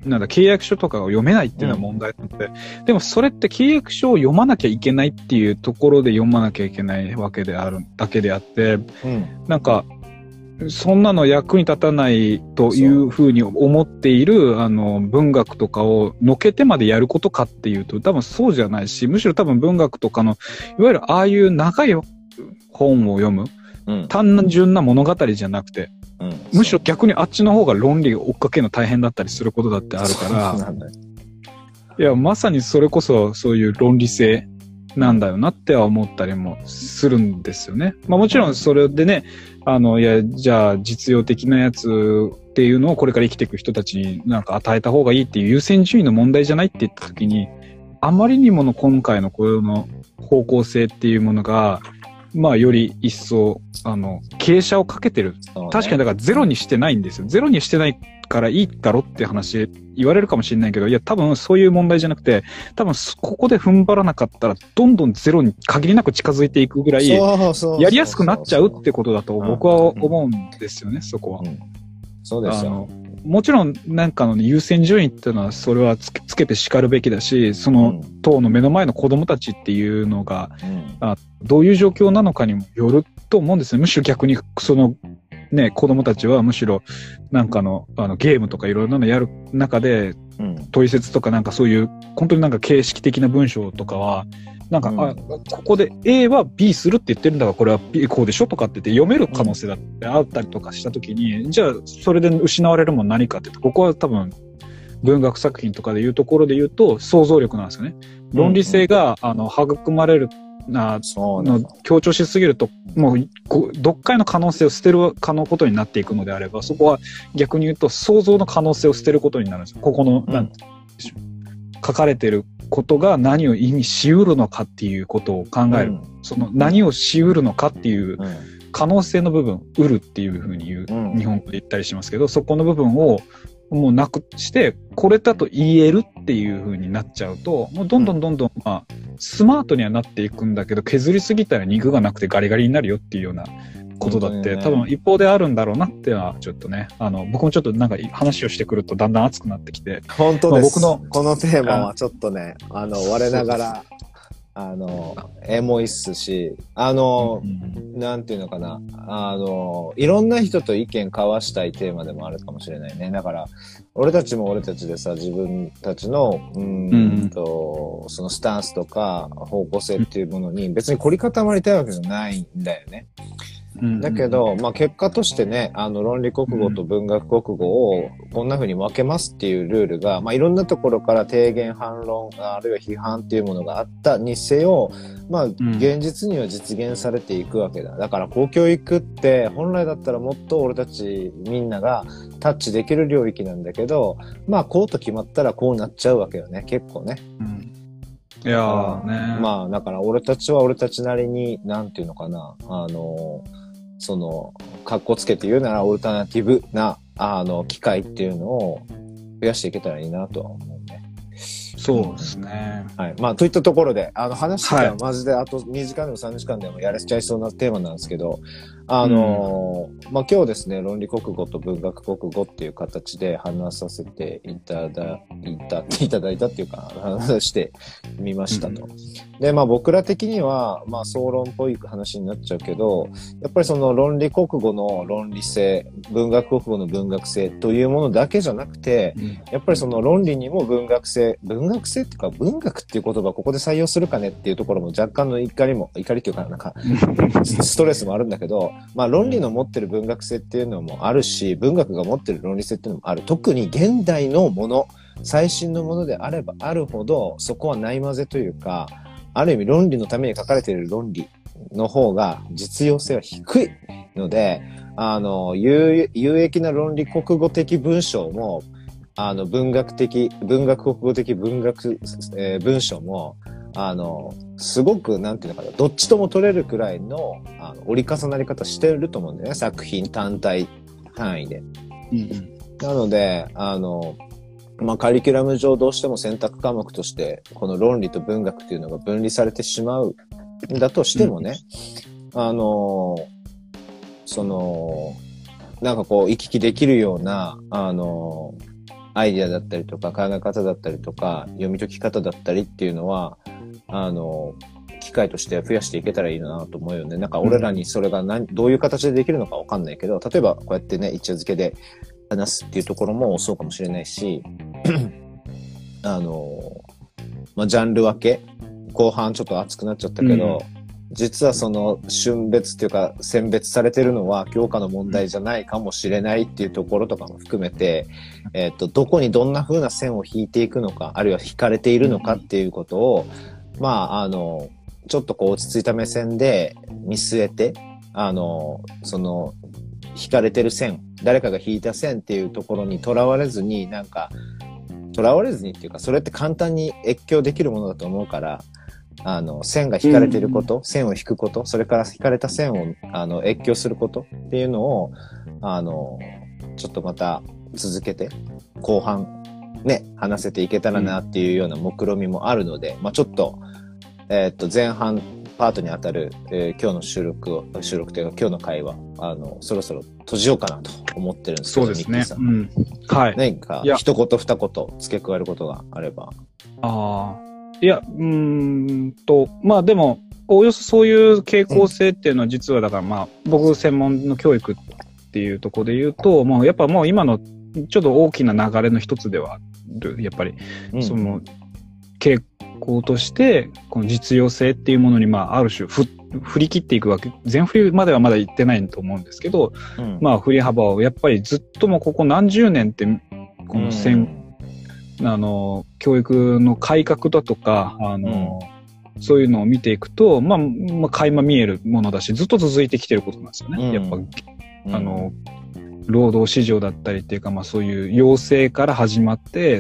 なんだ、契約書とかを読めないっていうのは問題なので、うん、でもそれって契約書を読まなきゃいけないっていうところで読まなきゃいけないわけであるだけであって、うん、なんか、そんなの役に立たないというふうに思っている、あの、文学とかをのけてまでやることかっていうと、多分そうじゃないし、むしろ多分文学とかの、いわゆるああいう長い本を読む、うん、単純な物語じゃなくて、うん、むしろ逆にあっちの方が論理を追っかけるの大変だったりすることだってあるから、いや、まさにそれこそそういう論理性なんだよなっては思ったりもするんですよね。まあもちろんそれでね、あの、いや、じゃあ実用的なやつっていうのをこれから生きていく人たちになんか与えた方がいいっていう優先順位の問題じゃないって言った時に、あまりにもの今回のこの方向性っていうものが、まあより一層、あの、傾斜をかけてる。ね、確かにだからゼロにしてないんですよ。ゼロにしてないからいいだろって話言われるかもしれないけど、いや多分そういう問題じゃなくて、多分ここで踏ん張らなかったらどんどんゼロに限りなく近づいていくぐらい、やりやすくなっちゃうってことだと僕は思うんですよね、そこは。うん、 そうですよ。 もちろんなんかの優先順位っていうのはそれはつけ、つけて叱るべきだし、その党の目の前の子供たちっていうのが、うん、あどういう状況なのかにもよると思うんですね。むしろ逆にそのね、子供たちはむしろなんかのあのゲームとかいろいろなのやる中で、うん、問い説とかなんかそういう本当になんか形式的な文章とかはなんか、うん、あここで A は B するって言ってるんだからこれは B こうでしょとかって言って読める可能性だってあったりとかしたときに、うん、じゃあそれで失われるもの何かって言って、ここは多分文学作品とかでいうところで言うと想像力なんですよね。論理性が、うん、あの育まれるなの強調しすぎるともう読解の可能性を捨てる可能ことになっていくのであれば、そこは逆に言うと想像の可能性を捨てることになるんですよ。ここの、うん、なん書かれてることが何を意味しうるのかっていうことを考える、うん、その何をしうるのかっていう可能性の部分、うるっていうふうに言う、うん、日本語で言ったりしますけど、そこの部分をもうなくしてこれだと言えるっていう風になっちゃうと、もうどんどんどんどん、まあ、スマートにはなっていくんだけど、削りすぎたら肉がなくてガリガリになるよっていうようなことだって、ね、多分一方であるんだろうなってはちょっとね、あの僕もちょっとなんか話をしてくるとだんだん熱くなってきて、 本当です、まあ、僕のこのテーマはちょっとね、あの我ながらあの、エモいっすし、あの、うん、なんていうのかな、あの、いろんな人と意見交わしたいテーマでもあるかもしれないね。だから、俺たちも俺たちでさ、自分たちの、うーんと、うん、そのスタンスとか方向性っていうものに別に凝り固まりたいわけじゃないんだよね。だけど、まあ結果としてね、あの論理国語と文学国語をこんな風に分けますっていうルールが、まあいろんなところから提言、反論、あるいは批判っていうものがあったにせよ、まあ現実には実現されていくわけだ。だから公教育って本来だったらもっと俺たちみんながタッチできる領域なんだけど、まあこうと決まったらこうなっちゃうわけよね、結構ね。うんいやーね。 まあだから俺たちは俺たちなりに、なんていうのかな、あの、その、かっこつけて言うならオルタナティブな、あの、機会っていうのを増やしていけたらいいなとは思うね。 そうですね。 はい。まあ、といったところで、あの、話してはマジであとにじかんでもさんじかんでもやれちゃいそうなテーマなんですけど、あのー、うん、まあ、今日ですね、論理国語と文学国語っていう形で話させていただいた、いただいたっていうか、話してみましたと。うん、で、まあ、僕ら的には、まあ、総論っぽい話になっちゃうけど、やっぱりその論理国語の論理性、文学国語の文学性というものだけじゃなくて、うん、やっぱりその論理にも文学性、文学性っていうか、文学っていう言葉をここで採用するかねっていうところも若干の怒りも、怒りというか、なんか、ストレスもあるんだけど、まあ論理の持ってる文学性っていうのもあるし、文学が持ってる論理性っていうのもある。特に現代のもの、最新のものであればあるほど、そこはないまぜというか、ある意味論理のために書かれている論理の方が実用性は低いので、あの、有、有益な論理国語的文章も、あの、文学的、文学国語的文学、えー、文章も、あの、すごく、なんていうのかな、どっちとも取れるくらいの、あの折り重なり方してると思うんだよね、作品単体単位で。うんうん、なので、あの、まあ、カリキュラム上どうしても選択科目として、この論理と文学っていうのが分離されてしまうんだとしてもね、うん、あの、その、なんかこう、行き来できるような、あの、 アイディアだったりとか考え方だったりとか読み解き方だったりっていうのは、あの、機会として増やしていけたらいいなと思うよね。なんか俺らにそれが何、どういう形でできるのかわかんないけど、例えばこうやってね、一夜漬けで話すっていうところもそうかもしれないし、あの、まあ、ジャンル分け、後半ちょっと熱くなっちゃったけど、うん、実はその種別っていうか選別されてるのは教科の問題じゃないかもしれないっていうところとかも含めて、えっと、どこにどんな風な線を引いていくのか、あるいは引かれているのかっていうことを、まあ、あの、ちょっとこう落ち着いた目線で見据えて、あの、その、引かれてる線、誰かが引いた線っていうところにとらわれずに、なんか、とらわれずにっていうか、それって簡単に越境できるものだと思うから、あの、線が引かれてること、うん、線を引くこと、それから引かれた線を、あの、越境することっていうのを、あの、ちょっとまた続けて、後半、ね、話せていけたらなっていうような目論みもあるので、うん、まあちょっと、えー、っと、前半パートにあたる、えー、今日の収録を、収録というか今日の会話、あの、そろそろ閉じようかなと思ってるんですけど、 そうですね。うん。はい。 何か、一言二言付け加えることがあれば。 ああ。いや、うーんと、まあでも、おおよそそういう傾向性っていうのは実はだからまあ、僕専門の教育っていうところで言うと、もうやっぱもう今のちょっと大きな流れの一つではある、やっぱり、うん、その傾向として、この実用性っていうものにまあ、ある種ふ、振り切っていくわけ、全振りまではまだ行ってないと思うんですけど、うん、まあ振り幅をやっぱりずっともここ何十年って、この線、うんあの、教育の改革だとか、あの、うん、そういうのを見ていくと、まあ、まあ、垣間見えるものだし、ずっと続いてきてることなんですよね。うん、やっぱ、あの、労働市場だったりっていうか、まあそういう要請から始まって、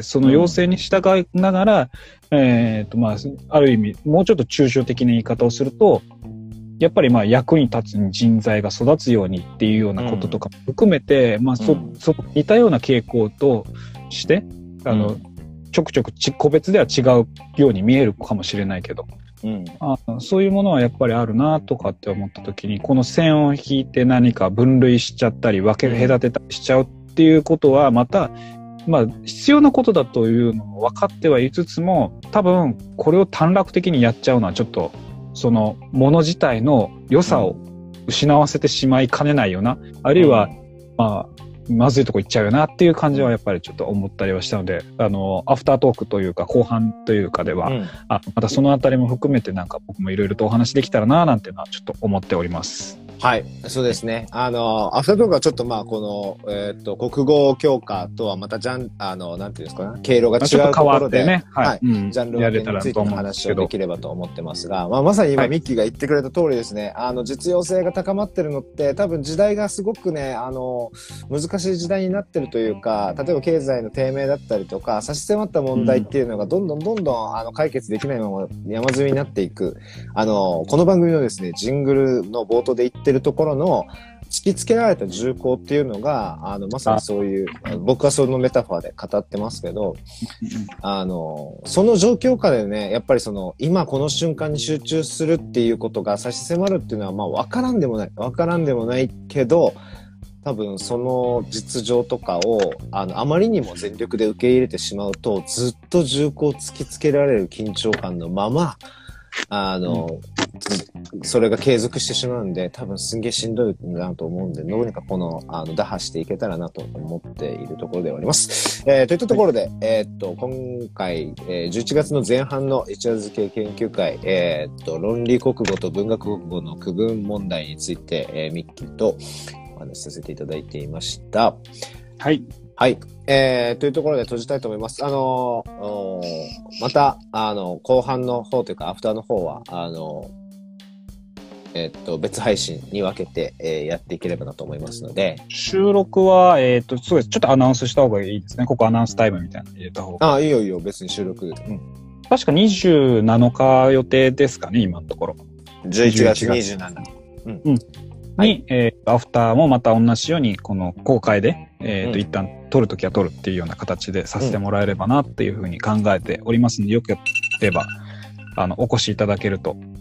その要請に従いながら、うん、えっと、まあ、ある意味、もうちょっと抽象的な言い方をすると、やっぱりまあ役に立つ人材が育つようにっていうようなこととかも含めて、うん、まあそ、そ、似たような傾向として、あの、うん、ちょくちょくち個別では違うように見えるかもしれないけど、うん、あそういうものはやっぱりあるなとかって思った時に、この線を引いて何か分類しちゃったり分け隔てたりしちゃうっていうことはまた、まあ必要なことだというのも分かってはいつつも、多分これを短絡的にやっちゃうのはちょっとそのもの自体の良さを失わせてしまいかねないよな、あるいは、まあまずいとこ行っちゃうよなっていう感じはやっぱりちょっと思ったりはしたので、あの、アフタートークというか後半というかでは、うん、あ、またそのあたりも含めてなんか僕もいろいろとお話できたらななんていうのはちょっと思っております。 はい、そうですね。あの、アフタートークはちょっとまあ、この、えっと、国語教科とはまたジャン、あの、なんていうんですかね、経路が違うところで、ね、はい、はい、うん、ジャンル分けについての話をできればと思ってますが、まあ、まさに今、はい、ミッキーが言ってくれた通りですね、あの、実用性が高まってるのって、多分時代がすごくね、あの、難しい時代になってるというか、例えば経済の低迷だったりとか、差し迫った問題っていうのがどんどんどんどん、あの、解決できないまま山積みになっていく。あの、この番組のですね、ジングルの冒頭で言ってるところの突きつけられた重厚っていうのが、あの、まさにそういう、僕はそのメタファーで語ってますけど、あの、その状況下でね、やっぱりその、今この瞬間に集中するっていうことが差し迫るっていうのは、まあ、わからんでもない。わからんでもないけど、多分その実情とかを、あの、あまりにも全力で受け入れてしまうと、ずっと重厚を突きつけられる緊張感のまま、あの、うん、それが継続してしまうんで、多分すんげえしんどいなと思うんで、どうにかこの、あの、打破していけたらなと思っているところではあります。えー、といったところで、はい、えー、っと、今回、えー、じゅういちがつの前半の一夜漬け研究会、えー、っと、論理国語と文学国語の区分問題について、えー、ミッキーとお話しさせていただいていました。 はい。 はい。えー、というところで閉じたいと思います。あのー、また、あの、後半の方というか、アフターの方は、あの、えー、っと、別配信に分けて、えー、やっていければなと思いますので。 収録は、えー、っと、そうです。ちょっとアナウンスした方がいいですね。ここアナウンスタイムみたいなの入れた方が。 ああ、いいよいいよ。別に収録。うん。 確かにじゅうなのか予定ですかね、今のところ。 じゅういちがつにじゅうしち。 うん。うんに、はい、えー、アフターもまた同じように、この公開で、えっ、ー、と、うん、一旦撮るときは撮るっていうような形でさせてもらえればなっていうふうに考えておりますので、よければ、あの、お越しいただけると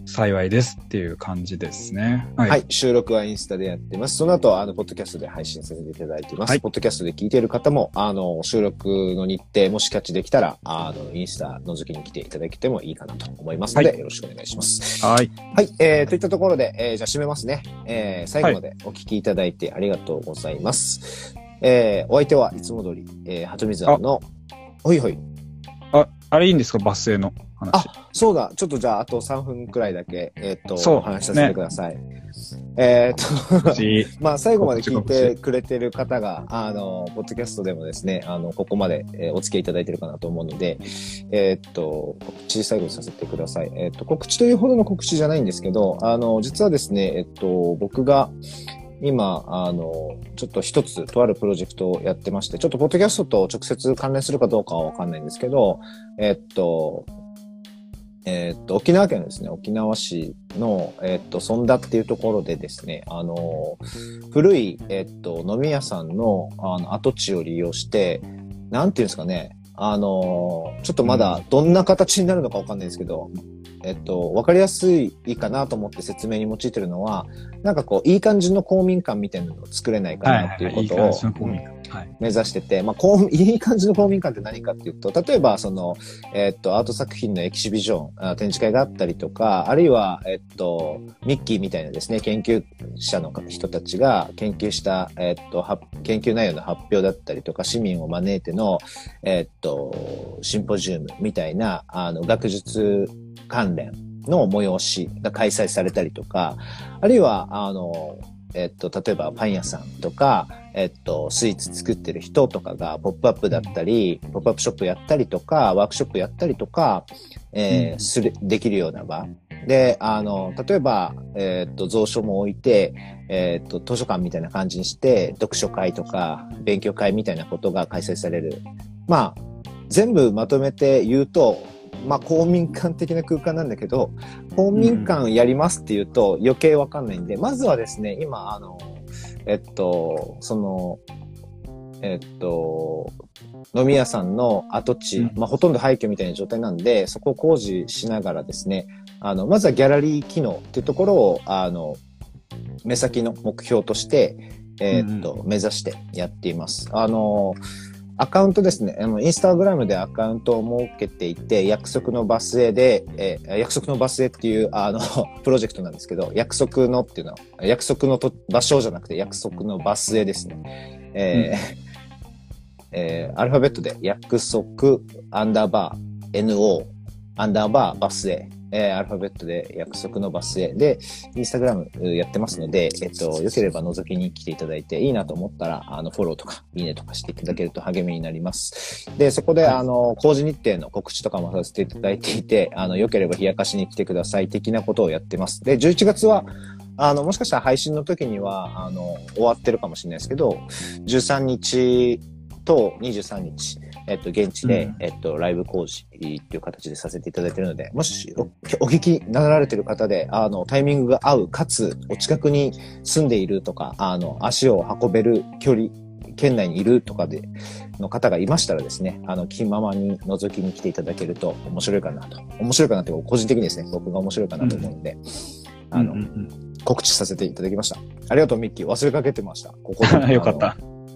幸いですっていう感じですね。 はい。はい、収録はインスタでやってます。その後、あの、ポッドキャストで配信させていただいています。はい、ポッドキャストで聞いている方も、あの、収録の日程もしキャッチできたら、あの、インスタ覗きに来ていただけてもいいかなと思いますので、はい、よろしくお願いします。 はい。 はい。えー、といったところで、えー、じゃあ締めますね。えー、最後までお聞きいただいてありがとうございます。はい、えー、お相手はいつも通り、えー、はとみずあんの、ほいほい。 あ、あれいいんですか、バス停の話。 あ、そうだ。ちょっとじゃあ、あとさんぷんくらいだけ、えっと、 そう、 お話しさせてください。ね、えー、っと、まあ、最後まで聞いてくれてる方が、あの、ポッドキャストでもですね、あの、ここまで、えー、お付き合いいただいてるかなと思うので、えー、っと、告知最後にさせてください。えー、っと、告知というほどの告知じゃないんですけど、あの、実はですね、えっと、僕が、今、あの、ちょっと一つ、とあるプロジェクトをやってまして、ちょっとポッドキャストと直接関連するかどうかはわかんないんですけど、えっと、えっと、沖縄県のですね、沖縄市の、えっと、尊田っていうところでですね、あの、古い、えっと、飲み屋さんの、あの、跡地を利用して、なんていうんですかね、あの、ちょっとまだどんな形になるのかわかんないですけど、えっと、わかりやすいかなと思って説明に用いてるのは、なんかこう、いい感じの公民館みたいなのを作れないかなっていうことを目指してて、まあ、こう、いい感じの公民館って何かっていうと、例えばその、えっと、アート作品のエキシビジョン、展示会があったりとか、あるいは、えっと、ミッキーみたいなですね、研究者の人たちが研究した、えっと、研究内容の発表だったりとか、市民を招いての、えっと、シンポジウムみたいな、あの、学術関連の催しが開催されたりとか、あるいは、あの、えっと、例えばパン屋さんとか、えっと、スイーツ作ってる人とかがポップアップだったり、ポップアップショップやったりとか、ワークショップやったりとか、えー、する、できるような場。で、あの、例えば、えっと、蔵書も置いて、えっと、図書館みたいな感じにして、読書会とか、勉強会みたいなことが開催される。まあ、全部まとめて言うと、まあ、公民館的な空間なんだけど、公民館やりますって言うと余計わかんないんで、うん、まずはですね、今、あの、えっと、その、えっと、飲み屋さんの跡地、うん、まあ、ほとんど廃墟みたいな状態なんで、そこを工事しながらですね、あの、まずはギャラリー機能っていうところを、あの、目先の目標として、えー、っと、うん、目指してやっています。あの、アカウントですね。あの、インスタグラムでアカウントを設けていて、約束のバスへで、えー、約束のバスへっていう、あの、プロジェクトなんですけど、約束のっていうのは、約束のと場所じゃなくて、約束のバスへですね。えーうんえー、アルファベットで、約束、アンダーバー、エヌオー、アンダーバー、バスへ。えー、アルファベットで約束のバスへで、インスタグラムやってますので、えっと、よければ覗きに来ていただいて、いいなと思ったら、あの、フォローとか、いいねとかしていただけると励みになります。で、そこで、あの、工事日程の告知とかもさせていただいていて、あの、よければ冷やかしに来てください、的なことをやってます。で、じゅういちがつは、あの、もしかしたら配信の時には、あの、終わってるかもしれないですけど、じゅうさんにちとにじゅうさんにち、えっと、現地で、うん、えっと、ライブ講師っていう形でさせていただいているので、もしお、お聞きになられている方で、あの、タイミングが合う、かつ、お近くに住んでいるとか、あの、足を運べる距離、県内にいるとかで、の方がいましたらですね、あの、気ままに覗きに来ていただけると面白いかなと。面白いかなって、個人的にですね、僕が面白いかなと思うんで、うん、あの、うんうんうん、告知させていただきました。ありがとう、ミッキー。忘れかけてました。ここで。 よかった。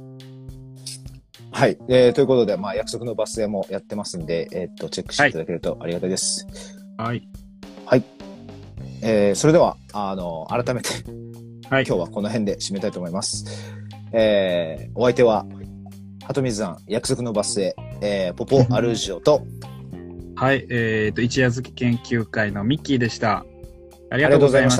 はい、えー。ということで、まあ、約束のバスへもやってますんで、えっと、チェックしていただけるとありがたいです。 はい。 はい。えー、それでは、あの、改めて、 はい、 今日はこの辺で締めたいと思います。えー、お相手は、鳩水庵約束のバスへ、えー、ポポアルージオと、 はい、えっと、一夜月研究会のミッキーでした。ありがとうございました。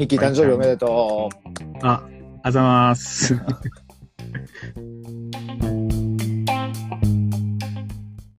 ミッキー誕生日おめでとう。 あ、ありがとうございます。